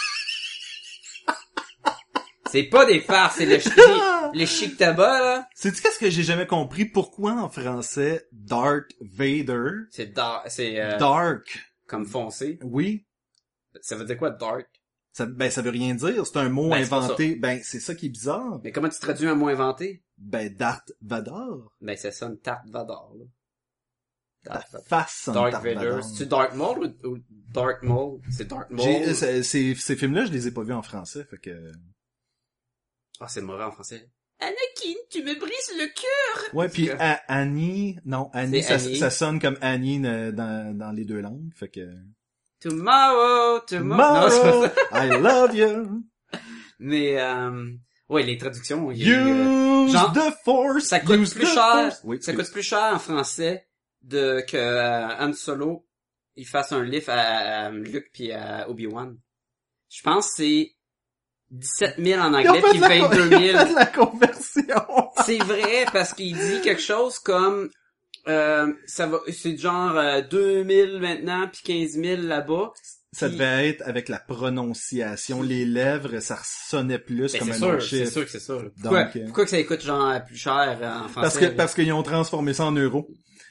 C'est pas des farces, c'est le, les, les Chic Tabac, là. Sais-tu qu'est-ce que j'ai jamais compris? Pourquoi en français, Darth Vader? C'est dark, c'est, euh, Dark. comme foncé. Oui. Ça veut dire quoi, dark? Ça, ben, ça veut rien dire. C'est un mot Ben, c'est pas inventé. Ben, c'est ça qui est bizarre. Mais comment tu traduis un mot inventé? Ben, Darth Vador. Ben, ça sonne Darth Vador, là. Ta Darth Vador. face sonne Darth Darth Vader. Vador. C'est-tu Darth Maul ou, ou Darth Maul? C'est Darth J'ai- Maul. c'est- Ces, ces films-là, je les ai pas vus en français, fait que... Ah, c'est mauvais en français. Anakin, tu me brises le cœur! Ouais, puis que- A- Annie, non, Annie, C'est ça, Annie. ça sonne comme Annie euh, dans, dans les deux langues, fait que... Tomorrow, tomorrow. Non, c'est Tomorrow, pas ça. I love you. Mais, euh, ouais, les traductions, il y a eu, euh, Use genre, the force. ça coûte use plus the cher, force. Oui, ça oui. coûte plus cher en français de, que, euh, Han Solo ils fassent un livre à, à Luke puis à Obi-Wan. Je pense que c'est dix-sept mille en anglais puis vingt-deux mille. Ils ont fait de la conversion. C'est vrai parce qu'il dit quelque chose comme euh, ça va c'est genre euh, deux mille maintenant puis quinze mille là-bas. Ça Puis... devait être avec la prononciation, les lèvres, ça sonnait plus ben, comme un sûr, autre chiffre. C'est sûr que c'est ça. Pourquoi, Donc, euh... pourquoi que ça coûte genre plus cher en français? Parce que parce qu'ils ont transformé ça en euros.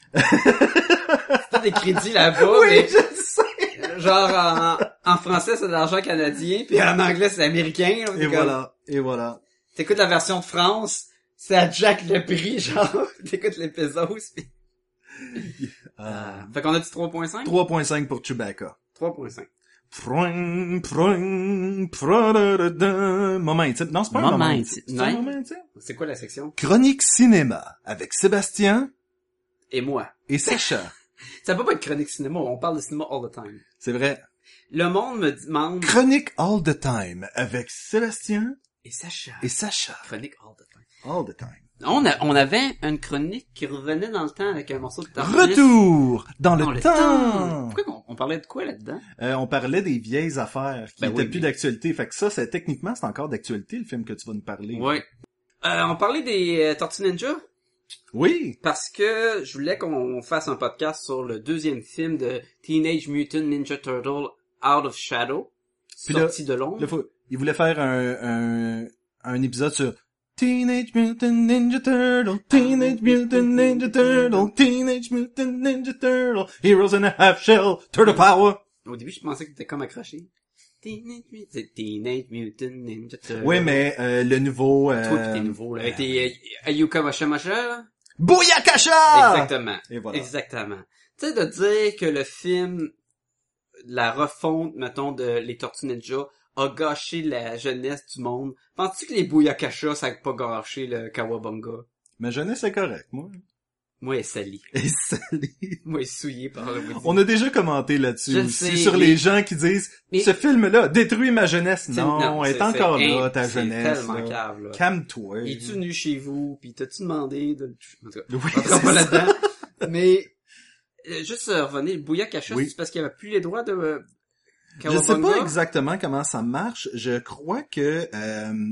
C'est des crédits là-bas, Oui, mais je sais. genre en, en français c'est de l'argent canadien, puis en anglais c'est américain. Là, Et comme... voilà, et voilà. T'écoutes la version de France, c'est à Jack le prix, genre t'écoutes les pesos. Puis... Euh, fait qu'on a dit trois virgule cinq? trois virgule cinq pour Chewbacca. trois virgule cinq. Proing, proing, pradadada. Moment intime. Non, c'est pas un moment intime. C'est un Ouais. moment intime. C'est quoi la section? Chronique cinéma avec Sébastien Et moi. et Sacha. Ça peut pas être chronique cinéma, on parle de cinéma all the time. C'est vrai. Le monde me demande... Chronique all the time avec Sébastien Et Sacha. et Sacha. Chronique all the time. All the time. On, a, on avait une chronique qui revenait dans le temps avec un morceau de tartines. Retour dans le, Dans le temps. temps. Pourquoi on, on parlait de quoi là-dedans? Euh, on parlait des vieilles affaires qui Ben étaient oui, plus mais- d'actualité. Fait que ça, c'est techniquement, c'est encore d'actualité, le film que tu vas nous parler. Ouais. Euh, on parlait des euh, Tortues Ninja Oui. parce que je voulais qu'on fasse un podcast sur le deuxième film de Teenage Mutant Ninja Turtle Out of Shadow, Puis là- sorti de l'ombre. Là, faut- il voulait faire un, un, un épisode sur Teenage Mutant Ninja Turtle, Teenage Mutant Ninja Turtle, Teenage Mutant Ninja Turtle, Heroes in a Half Shell, Turtle Power. Au début, je pensais que t'étais comme accroché. Teenage Mutant, c'est Teenage Mutant Ninja Turtle. Oui, mais euh, le nouveau... Euh, Toi pis t'es nouveau, là. Avec tes euh, Ayuka Masha là. Booyakasha! Exactement. Et voilà. Exactement. Tu sais, de dire que le film, la refonte, mettons, de Les Tortues Ninja, a gâché la jeunesse du monde. Penses-tu que les Booyakasha, ça a pas gâché le Kawabunga? Ma jeunesse est correcte, moi. Moi, elle est salie. Et salut. Moi, elle est souillée par le Woody. On a déjà commenté Je là-dessus le aussi, sais, sur mais- les gens qui disent mais- ce film-là détruit ma jeunesse. C'est- Non, elle est c'est- encore c'est- là, ta c'est jeunesse. tellement là. cave, là. Calme-toi. Es-tu venu chez vous, pis t'as-tu demandé de le toucher? En tout cas, Oui, on rentrera c'est pas ça. là-dedans. Mais, euh, juste euh, revenir, le Booyakasha, Oui. c'est parce qu'il y avait plus les droits de euh, Je sais Kawabunga? pas exactement comment ça marche. Je crois que... Euh...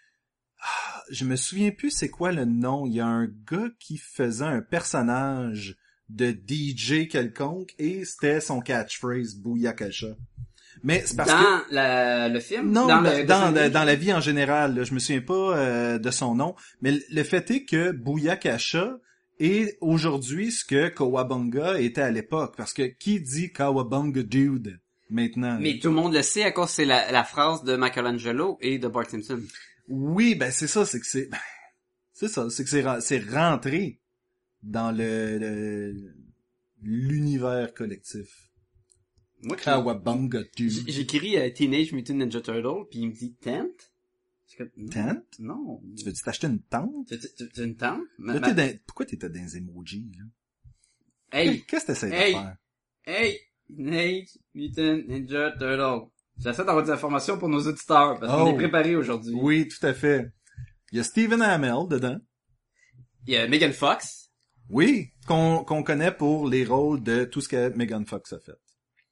ah, je me souviens plus c'est quoi le nom. Il y a un gars qui faisait un personnage de D J quelconque et c'était son catchphrase Booyakasha. Mais c'est parce dans que... la, le film? Non, dans, dans, le, dans, le- dans la vie en général, là, je me souviens pas euh, de son nom, mais le- le fait est que Booyakasha est aujourd'hui ce que Kawabunga était à l'époque, parce que qui dit Kawabunga dude maintenant? Mais tout le monde le sait à cause c'est la, la phrase de Michelangelo et de Bart Simpson. Oui, ben c'est ça, c'est que c'est... ben, c'est ça, c'est que c'est, ra- c'est rentré dans le, le- l'univers collectif. Moi, qui- Kawabunga dude. j- j'écris euh, Teenage Mutant Ninja Turtle, puis il me dit tent. Je suis comme, non, Tent? Non. Tu veux-tu t'acheter une tente? Tu, tu, tu, tu une tente? Ma- Là, ma- t'es dans... Pourquoi t'étais dans les emojis, là? Hey, Qu'est-ce que t'essaies Hey! de faire? hey, Teenage Mutant Ninja Turtle. J'essaie d'avoir des informations pour nos auditeurs, parce qu'on Oh. est préparés aujourd'hui. Oui, tout à fait. Il y a Stephen Amell dedans. Il y a Megan Fox. Oui, qu'on qu'on connaît pour les rôles de tout ce que Megan Fox a fait.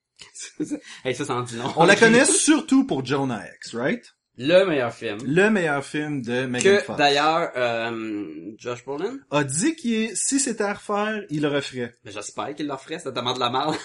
Hey, ça, ça en dit long. On la connaît surtout pour Jonah Hex, right? Le meilleur film. Le meilleur film de Megan Que, Fox. d'ailleurs, euh, Josh Brolin, A dit qu'il est, si c'était à refaire, il le referait. mais j'espère qu'il leur ferait, c'est tellement de la merde.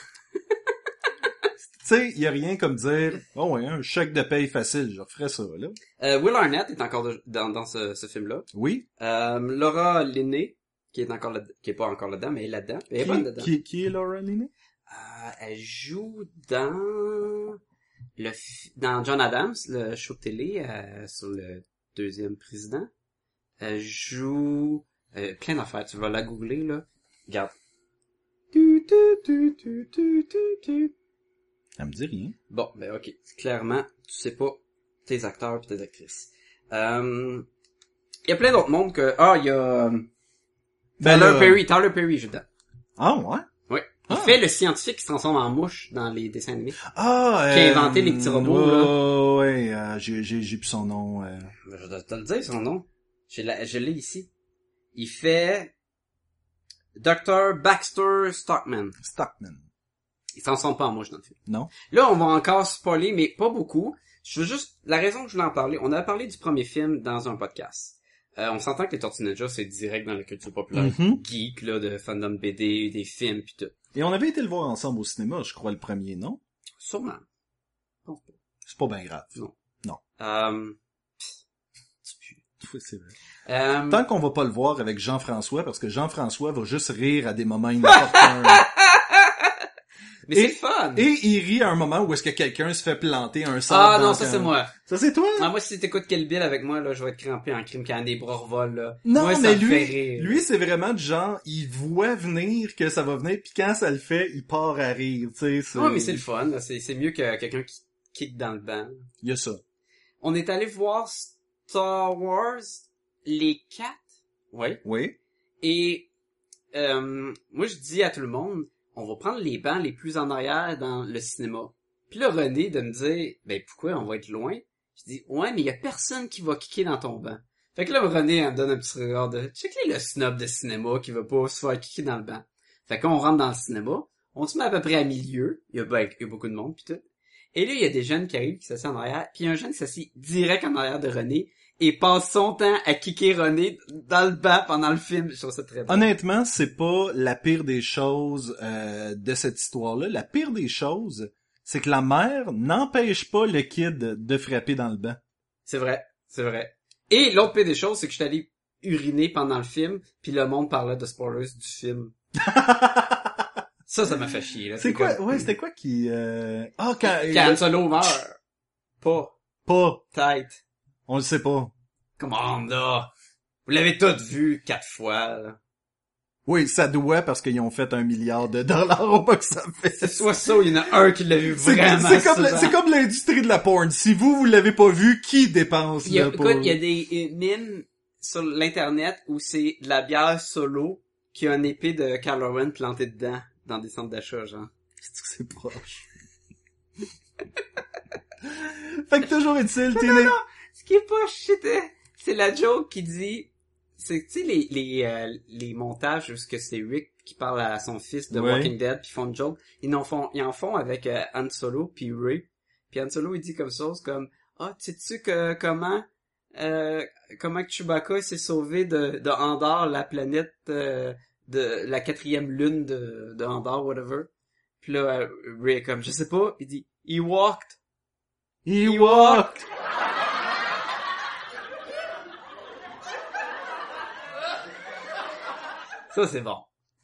Tu sais, il y a rien comme dire, oh ouais, un chèque de paye facile, je referais ça, là. Euh, Will Arnett est encore de- dans, dans ce, ce film-là. Oui. Euh, Laura Linney, qui est encore là, qui est pas encore là-dedans, mais elle est là-dedans. Elle est bonne Qui, dedans. qui, qui est Laura Linney? Euh, elle joue dans le fi- dans John Adams, le show de télé euh, sur le deuxième président. Elle joue euh, plein d'affaires. Tu vas la googler là. Regarde. Tu, tu, tu, tu, tu, tu, tu. Elle me dit rien. Bon, ben ok. Clairement, tu sais pas tes acteurs pis tes actrices. Euh, il y a plein d'autres mondes que... Ah, il y a... euh, Ben Tyler là- Perry. Tyler Perry joue dedans. Ah, ouais? Oui. Il Ah. fait le scientifique qui se transforme en mouche dans les dessins animés. Ah, Qui a euh, inventé les petits robots, ouais, là. ouais, euh, j'ai, j'ai, j'ai plus son nom, euh. Je dois te le dire, son nom. Je l'ai, je l'ai ici. Il fait docteur Baxter Stockman. Stockman. Ils s'en sont pas en mouche dans le film. Non? Là, on va encore spoiler, mais pas beaucoup. Je veux juste... La raison que je voulais en parler, on a parlé du premier film dans un podcast. Euh, on s'entend que les Tortues Ninja, c'est direct dans la culture populaire Mm-hmm. geek, là, de fandom B D, des films, pis tout. Et on avait été le voir ensemble au cinéma, je crois, le premier, non? Sûrement. Je pense pas. C'est pas bien grave. Non. Non. Euh... Tu pues. Oui, c'est vrai. Euh... Tant qu'on va pas le voir avec Jean-François, parce que Jean-François va juste rire à des moments inopportuns. Mais Et- c'est le fun! Et il rit à un moment où est-ce que quelqu'un se fait planter un sable Ah dans non, ça un- c'est moi. Ça c'est toi? Ah, moi, si t'écoutes Kill Bill avec moi, là, je vais être crampé en crime quand les bras revolent, là. Non, Moi, ça mais me lui, fait rire. lui c'est vraiment du genre, il voit venir que ça va venir, puis quand ça le fait, il part à rire, tu sais. c'est- Ouais, mais c'est le fun, là. C'est, c'est mieux que quelqu'un qui kick dans le banc. Il y a ça. On est allé voir Star Wars, les quatre. Oui. Oui. Et, euh, moi, je dis à tout le monde, on va prendre les bancs les plus en arrière dans le cinéma. Puis là, René, de me dire, ben, pourquoi on va être loin? Je dis, ouais, mais il y a personne qui va kicker dans ton banc. Fait que là, René, elle me donne un petit regard de, check-les le snob de cinéma qui va pas se faire kicker dans le banc. Fait qu'on rentre dans le cinéma, on se met à peu près à milieu, il y a, ben, il y a beaucoup de monde pis tout. Et là, il y a des jeunes qui arrivent, qui s'assiedent en arrière, puis il y a un jeune qui s'assied direct en arrière de René, et passe son temps à kicker René dans le banc pendant le film. Je trouve ça très drôle. Honnêtement, c'est pas la pire des choses euh, de cette histoire-là. La pire des choses, c'est que la mère n'empêche pas le kid de frapper dans le banc. C'est vrai, c'est vrai. Et l'autre pire des choses, c'est que je suis allé uriner pendant le film, puis le monde parlait de spoilers du film. Ça, ça m'a fait chier, là. C'est quoi? comme- Ouais, c'était quoi qui... Euh... Ah, quand... Quand Han Solo meurt. Pas. Pas. Tête. On le sait pas. Come on, là. Vous l'avez tous vu quatre fois, là. Oui, ça doit parce qu'ils ont fait un milliard de dollars au box-office. C'est soit ça ou il y en a un qui l'a vu C'est vraiment c'est comme, souvent. c'est comme l'industrie de la porn. Si vous, vous l'avez pas vu, qui dépense Il y a, là, écoute, pour... il y a des euh, mimes sur l'internet où c'est de la bière Solo qui a une épée de Kylo Ren plantée dedans, dans des centres d'achat, genre. C'est proche. Fait que toujours est-il, t'es non, né- non. Ce qui est pas c'était, c'est la joke qui dit, c'est, tu sais, les, les, euh, les montages où ce que c'est Rick qui parle à son fils de Ouais. Walking Dead pis font une joke, ils en font, ils en font avec euh, Han Solo puis Ray. Puis Han Solo, il dit comme chose comme, ah, sais-tu que, comment, euh, comment que Chewbacca s'est sauvé de, de Andor, la planète, euh, de la quatrième lune de, de Andor, whatever. Puis là, euh, Ray est comme, je sais pas, il dit, he walked. He He walked. Ça, c'est bon.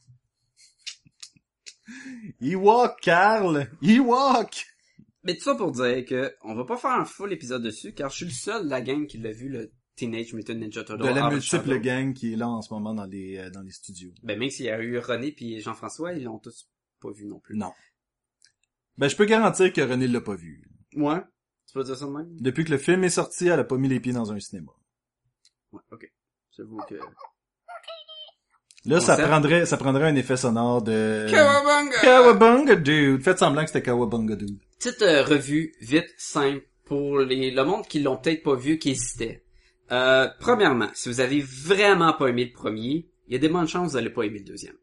He walk, Carl. He walk. Mais tout ça pour dire que on va pas faire un full épisode dessus, car je suis le seul de la gang qui l'a vu, le Teenage Mutant Ninja Turtles. De la Out of multiple Shadow. gang qui est là en ce moment dans les, euh, dans les studios. Ben, même s'il y a eu René puis Jean-François, ils l'ont tous pas vu non plus. Non. Ben, je peux garantir que René l'a pas vu. Ouais. Tu peux dire ça de même? Depuis que le film est sorti, elle a pas mis les pieds dans un cinéma. Ouais, ok. J'avoue que... Là, ça Concept. prendrait, ça prendrait un effet sonore de... Cowabunga! Cowabunga Dude. Faites semblant que c'était Cowabunga Dude. Petite euh, revue, vite, simple, pour les, le monde qui l'ont peut-être pas vu, qui hésitait. Euh, premièrement, si vous avez vraiment pas aimé le premier, il y a des bonnes chances que vous allez pas aimer le deuxième.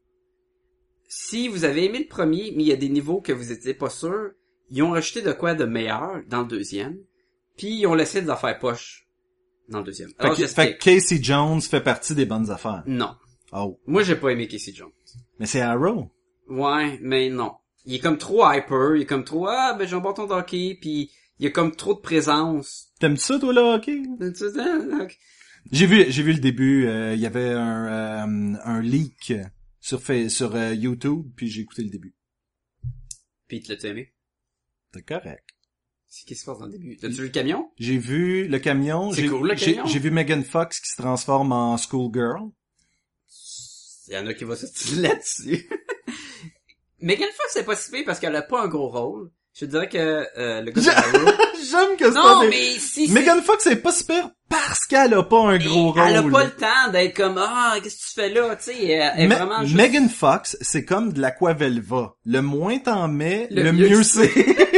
Si vous avez aimé le premier, mais il y a des niveaux que vous étiez pas sûr, ils ont rajouté de quoi de meilleur dans le deuxième, puis ils ont laissé des affaires poches dans le deuxième. Fait Alors, que, j'explique. fait que Casey Jones fait partie des bonnes affaires. Non. Oh. Moi, j'ai pas aimé Casey Jones. Mais c'est Arrow. Ouais, mais non. Il est comme trop hyper, il est comme trop, ah, ben j'ai un bâton de hockey, puis il y a comme trop de présence. T'aimes ça, toi, là, ok? J'ai vu, j'ai vu le début, euh, il y avait un, euh, un leak sur, fa- sur euh, YouTube, puis j'ai écouté le début. Puis tu l'as-tu aimé? C'est correct. Qu'est-ce qui se passe dans le début? T'as-tu vu le camion? J'ai vu le camion. C'est j'ai, cool, le j'ai- camion. J'ai vu Megan Fox qui se transforme en schoolgirl. Il y en a qui vont se styler là-dessus. Megan Fox, c'est pas si pire parce qu'elle a pas un gros rôle. Je te dirais que euh, le gars de Arrow... J'aime que Non, ça. mais si... si- Megan Fox est pas super parce qu'elle a pas un gros rôle. Elle a pas le temps d'être comme, ah, qu'est-ce que tu fais là? Tu sais, elle elle est Me- vraiment juste... Megan Fox, c'est comme de l'Aquavelva. Le moins t'en mets, Le le, mieux mieux c'est. c'est.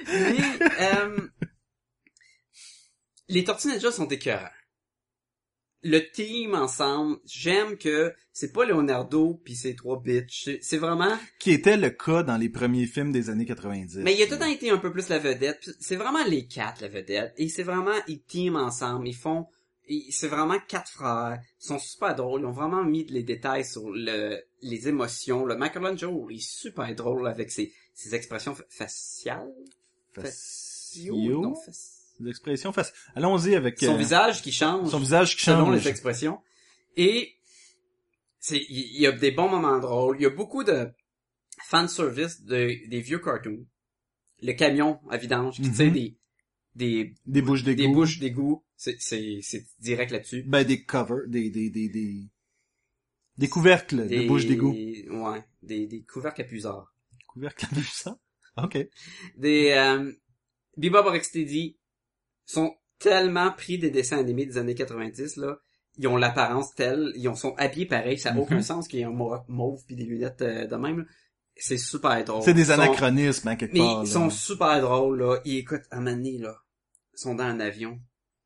Mais, euh, les Tortues Ninja sont écœurants. le team ensemble, j'aime que c'est pas Leonardo pis ses trois bitches, c'est, c'est vraiment... Qui était le cas dans les premiers films des années quatre-vingt-dix. Mais il a tout le temps été un peu plus la vedette, pis c'est vraiment les quatre la vedette, et c'est vraiment, ils teament ensemble, ils font... ils- c'est vraiment quatre frères, ils sont super drôles, ils ont vraiment mis les détails sur le les émotions. Le Michelangelo, il est super drôle avec ses, ses expressions fa- faciales. Facio? Non, faci- L'expression face. Allons-y avec Son euh, visage qui change. son visage qui selon change. les expressions. Et c'est il il y a des bons moments drôles. Il y a beaucoup de fan service de des vieux cartoons. Le camion à vidange, qui Mhm. tire des des Des bouches d'égout. des bouches d'égout. C'est c'est c'est direct là-dessus. Ben, des covers, des, des, des, des, des couvercles Des de bouches d'égout. Ouais, des des couvercles à puisard. Couvercles de ça? Ok. Des euh, Bebop Rocksteady sont tellement pris des dessins animés des années quatre-vingt-dix là. Ils ont l'apparence telle, ils ont sont habillés pareil, ça a Mhm. aucun sens qu'il y ait un mau- mauve puis des lunettes euh, de même. Là. C'est super drôle. C'est des Ils sont- anachronismes, hein, quelque Mais part. ils là. sont super drôles, là. Ils écoutent, à un moment donné, là, ils sont dans un avion.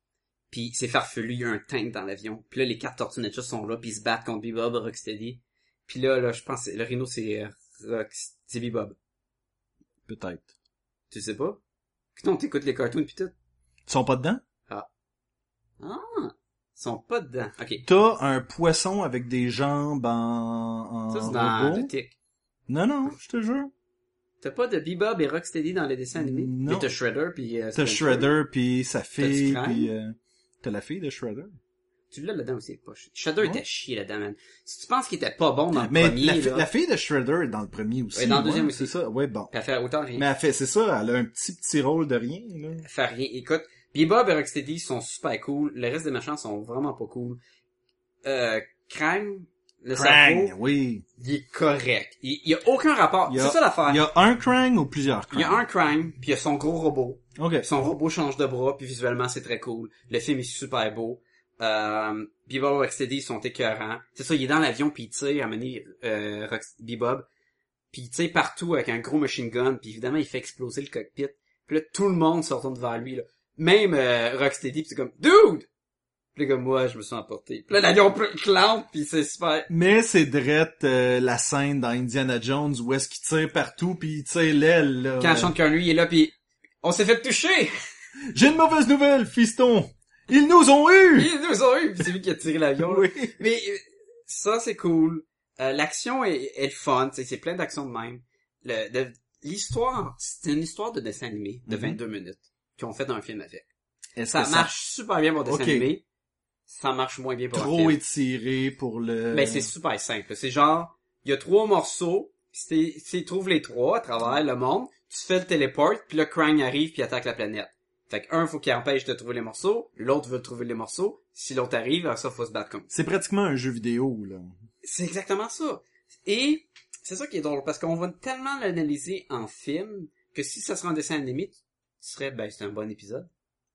Puis c'est farfelu, il y a un tank dans l'avion. Puis là, les quatre Tortues Ninja sont là, puis ils se battent contre Bebop, Rocksteady. Puis là, là, je pense, que le Rhino, c'est euh, Rock- c'est Bebop. Peut-être. Tu sais pas? Non, t'écoutes les cartoons pis tout. Ils sont pas dedans? Ah. Ils sont pas dedans. Ok. T'as un poisson avec des jambes en, en Ça, c'est dans robot. le tic. Non, non, je te jure. T'as pas de Bebop et Rocksteady dans les dessins animés? Non. Mais t'as Shredder pis euh, T'as Splinter. Shredder pis sa fille T'as-tu pis euh, t'as la fille de Shredder. Tu l'as là-dedans aussi, pas Sh- Shredder Ouais. était chier là-dedans, man. Si tu penses qu'il était pas bon dans le Mais premier, la, fi- là, la fille de Shredder est dans le premier aussi. Ouais, dans le deuxième ouais, aussi. C'est ça, ouais, bon. elle fait autant rien. Mais elle fait, c'est ça, elle a un petit petit rôle de rien, là. Elle fait rien. Écoute, Bebop et Rocksteady sont super cool. Le reste des méchants sont vraiment pas cool. Euh, Krang, le Krang, cerveau, oui. il est correct. Il, il y a aucun rapport. Il y a- C'est ça l'affaire. Il y a un Krang ou plusieurs Krang? Il y a un Krang, puis il y a son gros robot. Ok. Puis son robot change de bras, puis visuellement c'est très cool. Le film est super beau. Euh, Bebop et Rocksteady sont écœurants. C'est ça, il est dans l'avion, puis il tire à mener euh, Rock- Bebop. Puis il tire partout avec un gros machine gun, puis évidemment il fait exploser le cockpit. Puis là, tout le monde se retourne vers lui, là. Même euh, Rocksteady, puis c'est comme « Dude! » Puis là, comme moi, je me suis emporté. Puis là, l'avion clampe, puis c'est super... Mais c'est drette euh, la scène dans Indiana Jones où est-ce qu'il tire partout pis il tire l'aile, là. Quand Sean Connery est là, puis on s'est fait toucher! J'ai une mauvaise nouvelle, fiston! Ils nous ont eu! Ils nous ont eu! Puis c'est lui qui a tiré l'avion, là. Oui. Mais euh, ça, c'est cool. Euh, l'action est, est le fun, tu sais, c'est plein d'actions de même. Le, de- l'histoire, c'est une histoire de dessin animé de Mhm. vingt-deux minutes qu'ils ont fait un film avec. Est-ce Ça que marche super bien pour dessin Ok. animé. Ça marche moins bien pour un trop film. étiré pour le... Mais c'est super simple. C'est genre, il y a trois morceaux, pis c'est, c'est trouve les trois à travers le monde, tu fais le téléport, puis le Krang arrive puis attaque la planète. Fait qu'un, faut qu'il empêche de trouver les morceaux, l'autre veut trouver les morceaux, si l'autre arrive, alors ça, faut se battre comme. C'est pratiquement un jeu vidéo, là. C'est exactement ça. Et c'est ça qui est drôle, parce qu'on va tellement l'analyser en film, que si ça serait un dessin animé, tu serais, ben, c'est un bon épisode.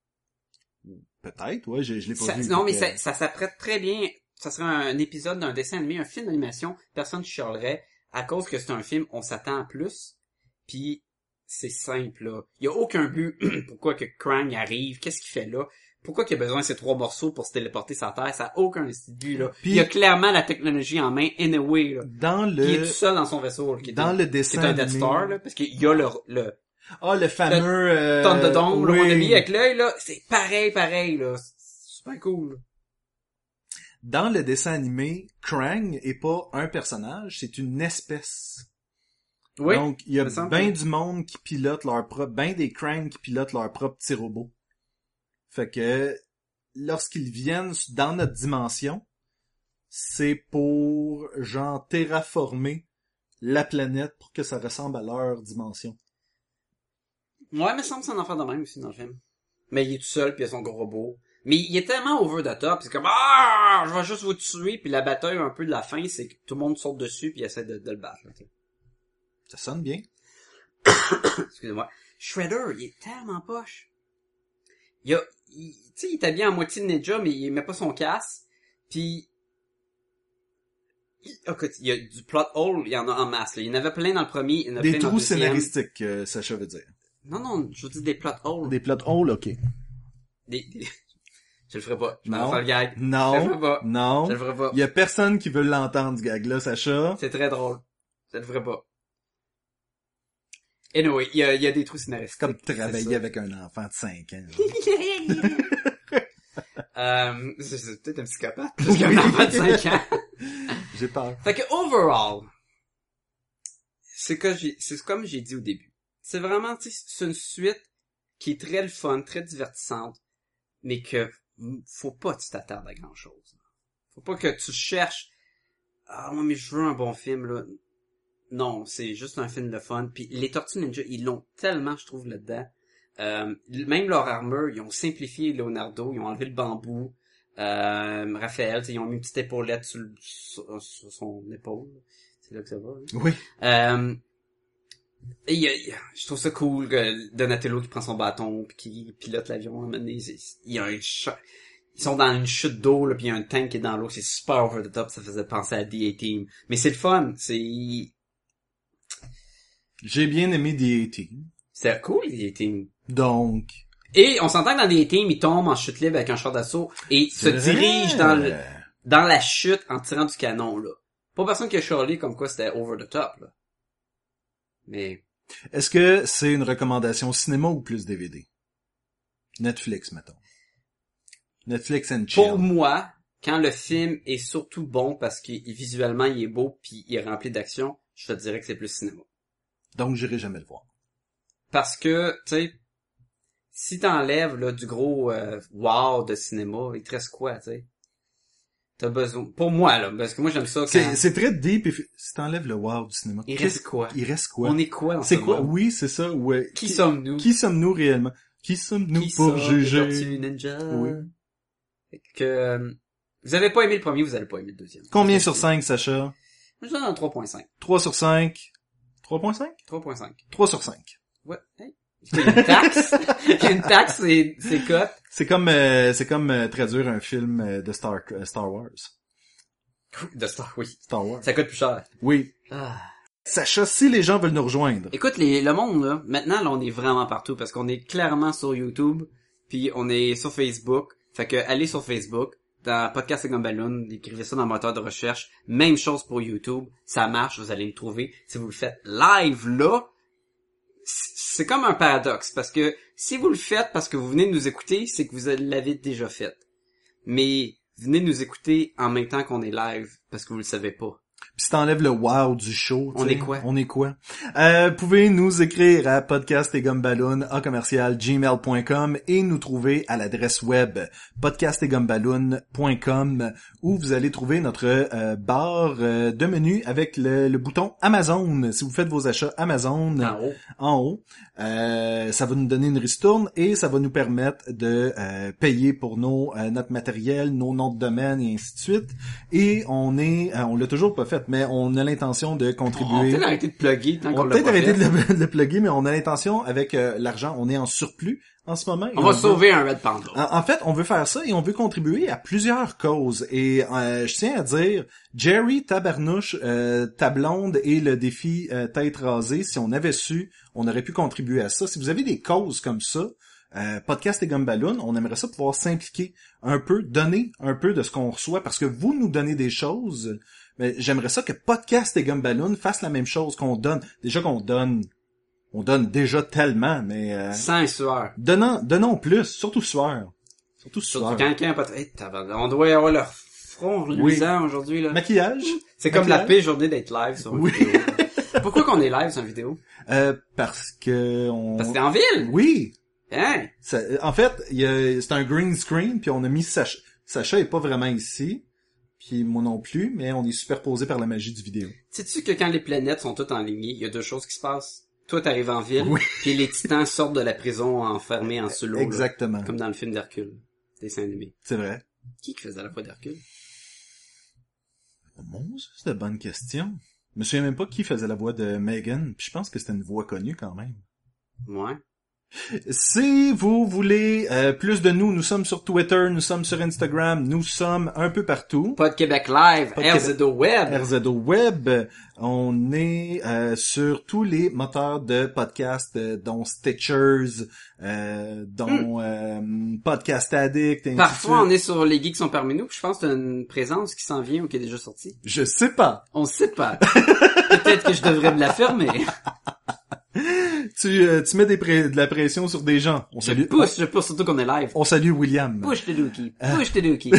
Peut-être, ouais, je, je l'ai pas Ça- vu. non, mais fait ça, ça s'apprête très bien. Ça serait un épisode d'un dessin animé, un film d'animation. Personne ne chialerait. À cause que c'est un film, on s'attend à plus. Puis c'est simple, là. Il y a aucun but. Pourquoi que Krang arrive? Qu'est-ce qu'il fait là? Pourquoi qu'il a besoin de ces trois morceaux pour se téléporter sur la Terre? Ça a aucun but, là. Puis- il a clairement la technologie en main, anyway, là. Dans Puis il est le... tout seul dans son vaisseau, là, qui est Dans un, le qui dessin est un Death animé- Star, là. Parce qu'il y a le, le Ah, le fameux... euh, tonne de dôme, le oui. wannabe avec l'œil, là. C'est pareil, pareil, là. C'est super cool. Dans le dessin animé, Krang est pas un personnage, c'est une espèce. Oui. Donc, il y a me semble ben que- du monde qui pilote leur propre, ben des Krang qui pilotent leur propre petit robot. Fait que, lorsqu'ils viennent dans notre dimension, c'est pour, genre, terraformer la planète pour que ça ressemble à leur dimension. Ouais, mais ça me semble en faire de même aussi dans le film. Mais il est tout seul, puis il a son gros robot. Mais il est tellement over the top, c'est comme « Ah! Je vais juste vous tuer », puis la bataille un peu de la fin, c'est que tout le monde saute dessus, puis essaie de, de le battre. Là, tu sais. Ça sonne bien. Excusez-moi. Shredder, il est tellement poche. Il a... il- Tu sais, il est habillé en moitié de ninja, mais il met pas son casque. Puis... il- Écoute, il y a du plot hole, il y en a en masse. Là. Il y en avait plein dans le premier, il y en a Des plein dans le trous deuxième. scénaristiques, euh, Sacha veut dire. Non, non, je veux dire des plot holes. Des plot holes, ok. Des, des- Je le ferai pas. Je vais Non. faire le gag. Je le Non. ferai pas. Non. Je le ferai pas. Il y a personne qui veut l'entendre, ce gag-là, Sacha. C'est très drôle. Je le ferai pas. Anyway, il y a, il y a des trous scénaristiques. Comme c'est travailler ça. avec un enfant de cinq ans. euh, c'est, c'est peut-être un psychopathe. Parce qu'un enfant de cinq ans. J'ai peur. Fait que, overall, c'est que j'ai, c'est comme j'ai dit au début. C'est vraiment, tu sais, c'est une suite qui est très le fun, très divertissante, mais que faut pas que tu t'attardes à grand chose. Faut pas que tu cherches, ah, moi, mais je veux un bon film, là. Non, c'est juste un film de fun. Puis les Tortues Ninja, ils l'ont tellement, je trouve, là-dedans. Euh, même leur armure, ils ont simplifié Leonardo, ils ont enlevé le bambou. Euh, Raphaël, ils ont mis une petite épaulette sur, le, sur, sur son épaule. C'est là que ça va. Hein? Oui. Euh, et y a, y a, je trouve ça cool que Donatello qui prend son bâton puis qui pilote l'avion. À un moment donné, il y a un ch- ils sont dans une chute d'eau, là, puis il y a un tank qui est dans l'eau. C'est super over the top. Ça faisait penser à The A-Team. Mais c'est le fun. C'est... J'ai bien aimé The A-Team. C'était cool, The A-Team. Donc... Et on s'entend que dans des teams, ils tombent en chute libre avec un char d'assaut et se dirigent dans le, dans la chute en tirant du canon, là. Pas personne qui a chialé comme quoi c'était over the top, là. Mais... Est-ce que c'est une recommandation cinéma ou plus D V D? Netflix, mettons. Netflix and chill. Pour moi, quand le film est surtout bon parce qu'il visuellement il est beau puis il est rempli d'action, je te dirais que c'est plus cinéma. Donc j'irai jamais le voir. Parce que, tu sais, si t'enlèves là du gros euh, wow de cinéma, il te reste quoi, tu sais? T'as besoin... Pour moi, là, parce que moi j'aime ça quand... C'est, c'est très deep et fi- si t'enlèves le wow du cinéma. Il reste quoi? Il reste quoi? On est quoi dans C'est ce quoi? monde? Oui, c'est ça, ouais. Qui, sommes-nous? Qui sommes-nous réellement? Qui sommes-nous Qui pour sont juger? les Tortues Ninja? Oui. Fait que... euh, vous avez pas aimé le premier, vous allez pas aimer le deuxième. Combien sur cinq, Sacha? Je donne un trois point cinq. trois sur cinq. trois point cinq? trois point cinq. trois sur cinq. Ouais. Hey. Il y a une taxe. Il y a une taxe, c'est, c'est cote. C'est comme, euh, c'est comme euh, traduire un film euh, de Star, euh, Star Wars. De Star, oui. Star Wars. Ça coûte plus cher. Oui. Ah. Sacha, si les gens veulent nous rejoindre. Écoute, les, le monde, là, maintenant, là, on est vraiment partout parce qu'on est clairement sur YouTube, puis on est sur Facebook. Fait que, allez sur Facebook, dans Podcast et Gumballoon, écrivez ça dans le moteur de recherche. Même chose pour YouTube. Ça marche, vous allez le trouver. Si vous le faites live, là, c'est comme un paradoxe, parce que si vous le faites parce que vous venez de nous écouter, c'est que vous l'avez déjà fait. Mais venez nous écouter en même temps qu'on est live, parce que vous le savez pas. Puis si t'enlèves le wow du show, On t'sais, est quoi? On est quoi? Euh, pouvez nous écrire à podcast et gumballoon à commercial gmail point com et nous trouver à l'adresse web podcast et gumballoon point com où vous allez trouver notre euh, barre euh, de menu avec le, le bouton Amazon. Si vous faites vos achats Amazon En haut. en haut, euh, ça va nous donner une ristourne et ça va nous permettre de euh, payer pour nos euh, notre matériel, nos noms de domaine et ainsi de suite. Et on est, euh, on l'a toujours pas fait, mais on a l'intention de On va contribuer. peut-être arrêter de plugger tant On qu'on va l'a peut-être pas arrêter fait. de le, de le plugger, mais on a l'intention avec euh, l'argent, on est en surplus en ce moment. et On va veut- sauver un Red Panda. En, en fait, on veut faire ça et on veut contribuer à plusieurs causes. Et euh, je tiens à dire, Jerry, Tabarnouche, euh, ta blonde et le défi euh, tête rasée, si on avait su, on aurait pu contribuer à ça. Si vous avez des causes comme ça, euh, Podcast et Gumballoon, on aimerait ça pouvoir s'impliquer un peu, donner un peu de ce qu'on reçoit, parce que vous nous donnez des choses, mais j'aimerais ça que Podcast et Gumballoon fassent la même chose qu'on donne. Déjà qu'on donne, on donne déjà tellement, mais euh, Sans sueur. donnons, donnons plus, surtout soir. Surtout Surtout soir. quand quelqu'un a pas... Hey, tabarnak, on doit avoir leur front reluisant aujourd'hui, là. Maquillage. C'est comme la Maquillage. pire journée d'être live sur une Oui. vidéo. Pourquoi qu'on est live sur une vidéo? Euh, parce que on... Parce que t'es en ville? Oui. Hein? Ça- en fait, il y a, c'est un green screen, puis on a mis Sacha. Sacha est pas vraiment ici, puis moi non plus, mais on est superposé par la magie du vidéo. Sais-tu que quand les planètes sont toutes en ligne, il y a deux choses qui se passent? Toi, t'arrives en ville, Oui. puis les titans sortent de la prison enfermés en sous l'eau. Exactement. Là, comme dans le film d'Hercule. Dessin animé. C'est vrai. Qui qui faisait la voix d'Hercule? Bon, ça, c'est une bonne question. Je me souviens même pas qui faisait la voix de Megan, puis je pense que c'était une voix connue quand même. Ouais. Si vous voulez euh, plus de nous, nous sommes sur Twitter, nous sommes sur Instagram, nous sommes un peu partout. Pas de Québec Live, Pas de R Z O Web. R Z O Web, on est euh, sur tous les moteurs de podcast, euh, dont Stitchers, euh, dont euh, Podcast Addict, et ainsi Parfois, de on suite. est sur les geeks qui sont parmi nous, puis je pense que t'as une présence qui s'en vient ou qui est déjà sortie. Je sais pas. On sait pas. Peut-être que je devrais me la fermer. Tu, euh, tu mets des pré- de la pression sur des gens. On Je salue, pousse, je pousse surtout qu'on est live. on salue William. Push the dookie. Push the dookie.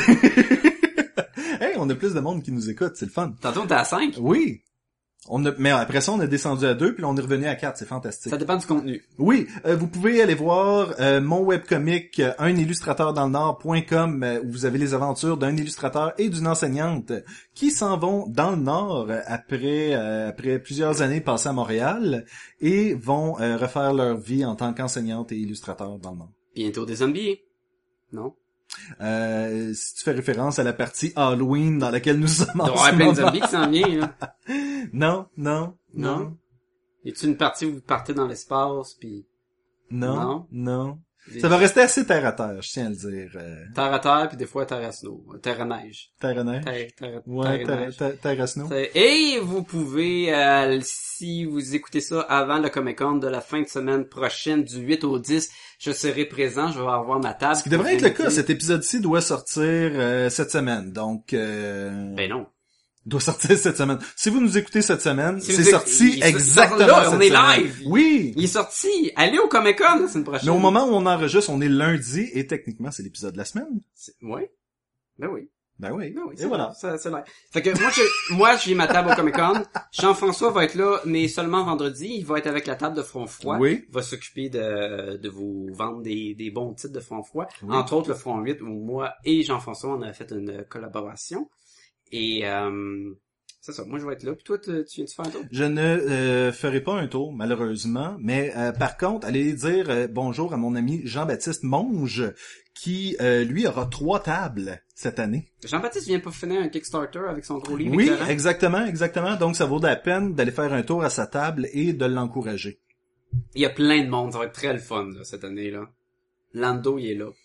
Hey, on a plus de monde qui nous écoute, c'est le fun. Tantôt, on était à cinq. Oui. On a, mais après ça, on a descendu à deux, puis là, on est revenu à quatre, c'est fantastique. Ça dépend du contenu. Oui, euh, vous pouvez aller voir euh, mon webcomic euh, un illustrateur dans le nord point com euh, où vous avez les aventures d'un illustrateur et d'une enseignante qui s'en vont dans le nord euh, après euh, après plusieurs années passées à Montréal et vont euh, refaire leur vie en tant qu'enseignante et illustrateur dans le nord. Bientôt des zombies. Non? Euh, si tu fais référence à la partie Halloween dans laquelle nous sommes Il en doit y ce avoir plein de moment. zombies qui s'en viennent, là. Non, non, non, Non? Y a-tu une partie où vous partez dans l'espace, pis... non, Non? non. des- Ça va rester assez terre à terre, je tiens à le dire. Euh, Terre à terre, puis des fois terre à snow. Terre à neige. terre à neige. Terre, terre, Ouais, terre à terre, neige. terre, terre à snow. Et vous pouvez, euh, si vous écoutez ça avant le Comic-Con de la fin de semaine prochaine, du huit au dix, je serai présent, je vais avoir ma table. Ce qui devrait être le cas, cet épisode-ci doit sortir euh, cette semaine, donc... Euh, Ben non. doit sortir cette semaine. Si vous nous écoutez cette semaine, Si c'est vous éc- sorti il- il- exactement là, cette on est semaine. live. Oui! Il est sorti. Allez au Comic-Con la semaine prochaine. Mais au moment où on enregistre, on est lundi, et techniquement, c'est l'épisode de la semaine. C'est- Ouais. Ben oui. Ben oui. Ben oui, et c'est voilà. Ça, c'est live. Fait que moi, je, moi, j'ai ma table au Comic-Con. Jean-François va être là, mais seulement vendredi. Il va être avec la table de Front Froid. Oui. Il va s'occuper de, de vous vendre des, des bons titres de Front Froid. Oui. Entre autres, le Front huit, où moi et Jean-François, on a fait une collaboration. Et, euh, c'est ça. Moi, je vais être là. Puis toi, tu, tu viens de faire un tour? Je ne euh, ferai pas un tour, malheureusement, mais euh, par contre, allez dire euh, bonjour à mon ami Jean-Baptiste Monge, qui, euh, lui, aura trois tables cette année. Jean-Baptiste vient pas finir un Kickstarter avec son gros livre Oui, éclairant? exactement, exactement. Donc, ça vaut la peine d'aller faire un tour à sa table et de l'encourager. Il y a plein de monde. Ça va être très le fun, là, cette année, là. Lando, il est là.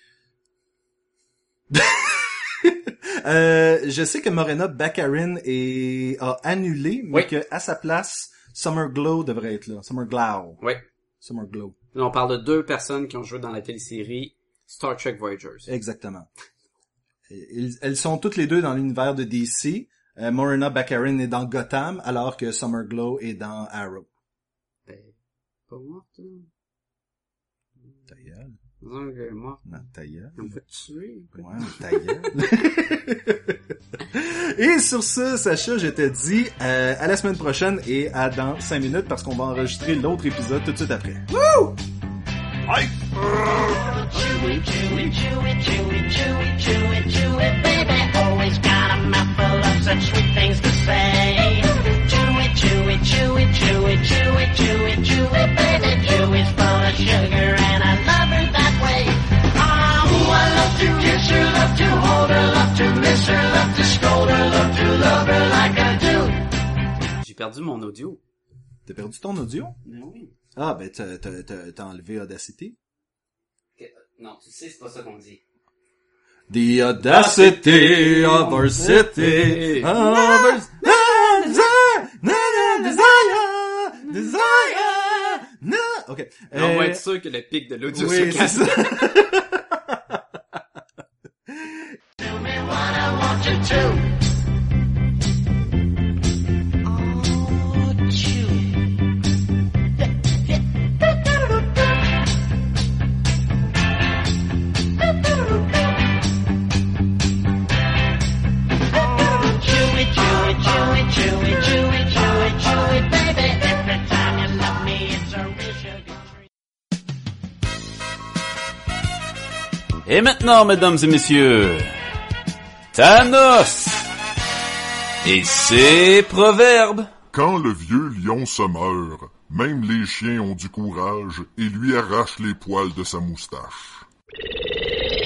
Euh, je sais que Morena Baccarin est, a annulé, mais Oui. que à sa place, Summer Glow devrait être là. Summer Glow. Oui. Summer Glow. Là, on parle de deux personnes qui ont joué dans la télésérie Star Trek Voyagers. Exactement. Ils- elles sont toutes les deux dans l'univers de D C. Euh, Morena Baccarin est dans Gotham, alors que Summer Glow est dans Arrow. Ben, pas morte, là. Ta gueule. Non, elle est morte. Non, ta gueule. Elle me fait tuer. Ouais, ta gueule. Et sur ce, Sacha, je te dis euh, à la semaine prochaine et à dans cinq minutes parce qu'on va enregistrer l'autre épisode tout de suite après. Woo! Bye! Chewy, chewy, chewy, chewy, chewy, chewy, chewy, baby. Always got a mouthful of such sweet things to say. Chewy, chewy, chewy, chewy, chewy, chewy, chewy, baby. Chewy's full of sugar and I love her that way. Oh, I love to kiss her, love to hold her, love to miss her, love to scold her, love to love her like I do. J'ai perdu mon audio. T'as perdu ton audio? Ben oui. Ah, ben t'as, t'as, t'as, t'as enlevé Audacity. Ok. Non, tu sais, c'est pas ça qu'on dit. The audacity of our city, of our desire, desire, desire, no. Ok. Mais on va Euh, être sûr que le pic de l'audio oui, se c'est casse. ça. Tell me what I want you to. Oh, Chewy. Chewy, chewy, chewy, chewy, chewy, chewy, chewy, baby. Every time you love me, it's a real sugar treat. Et maintenant, mesdames et messieurs, Thanos et ses proverbes. Quand le vieux lion se meurt, même les chiens ont du courage et lui arrachent les poils de sa moustache.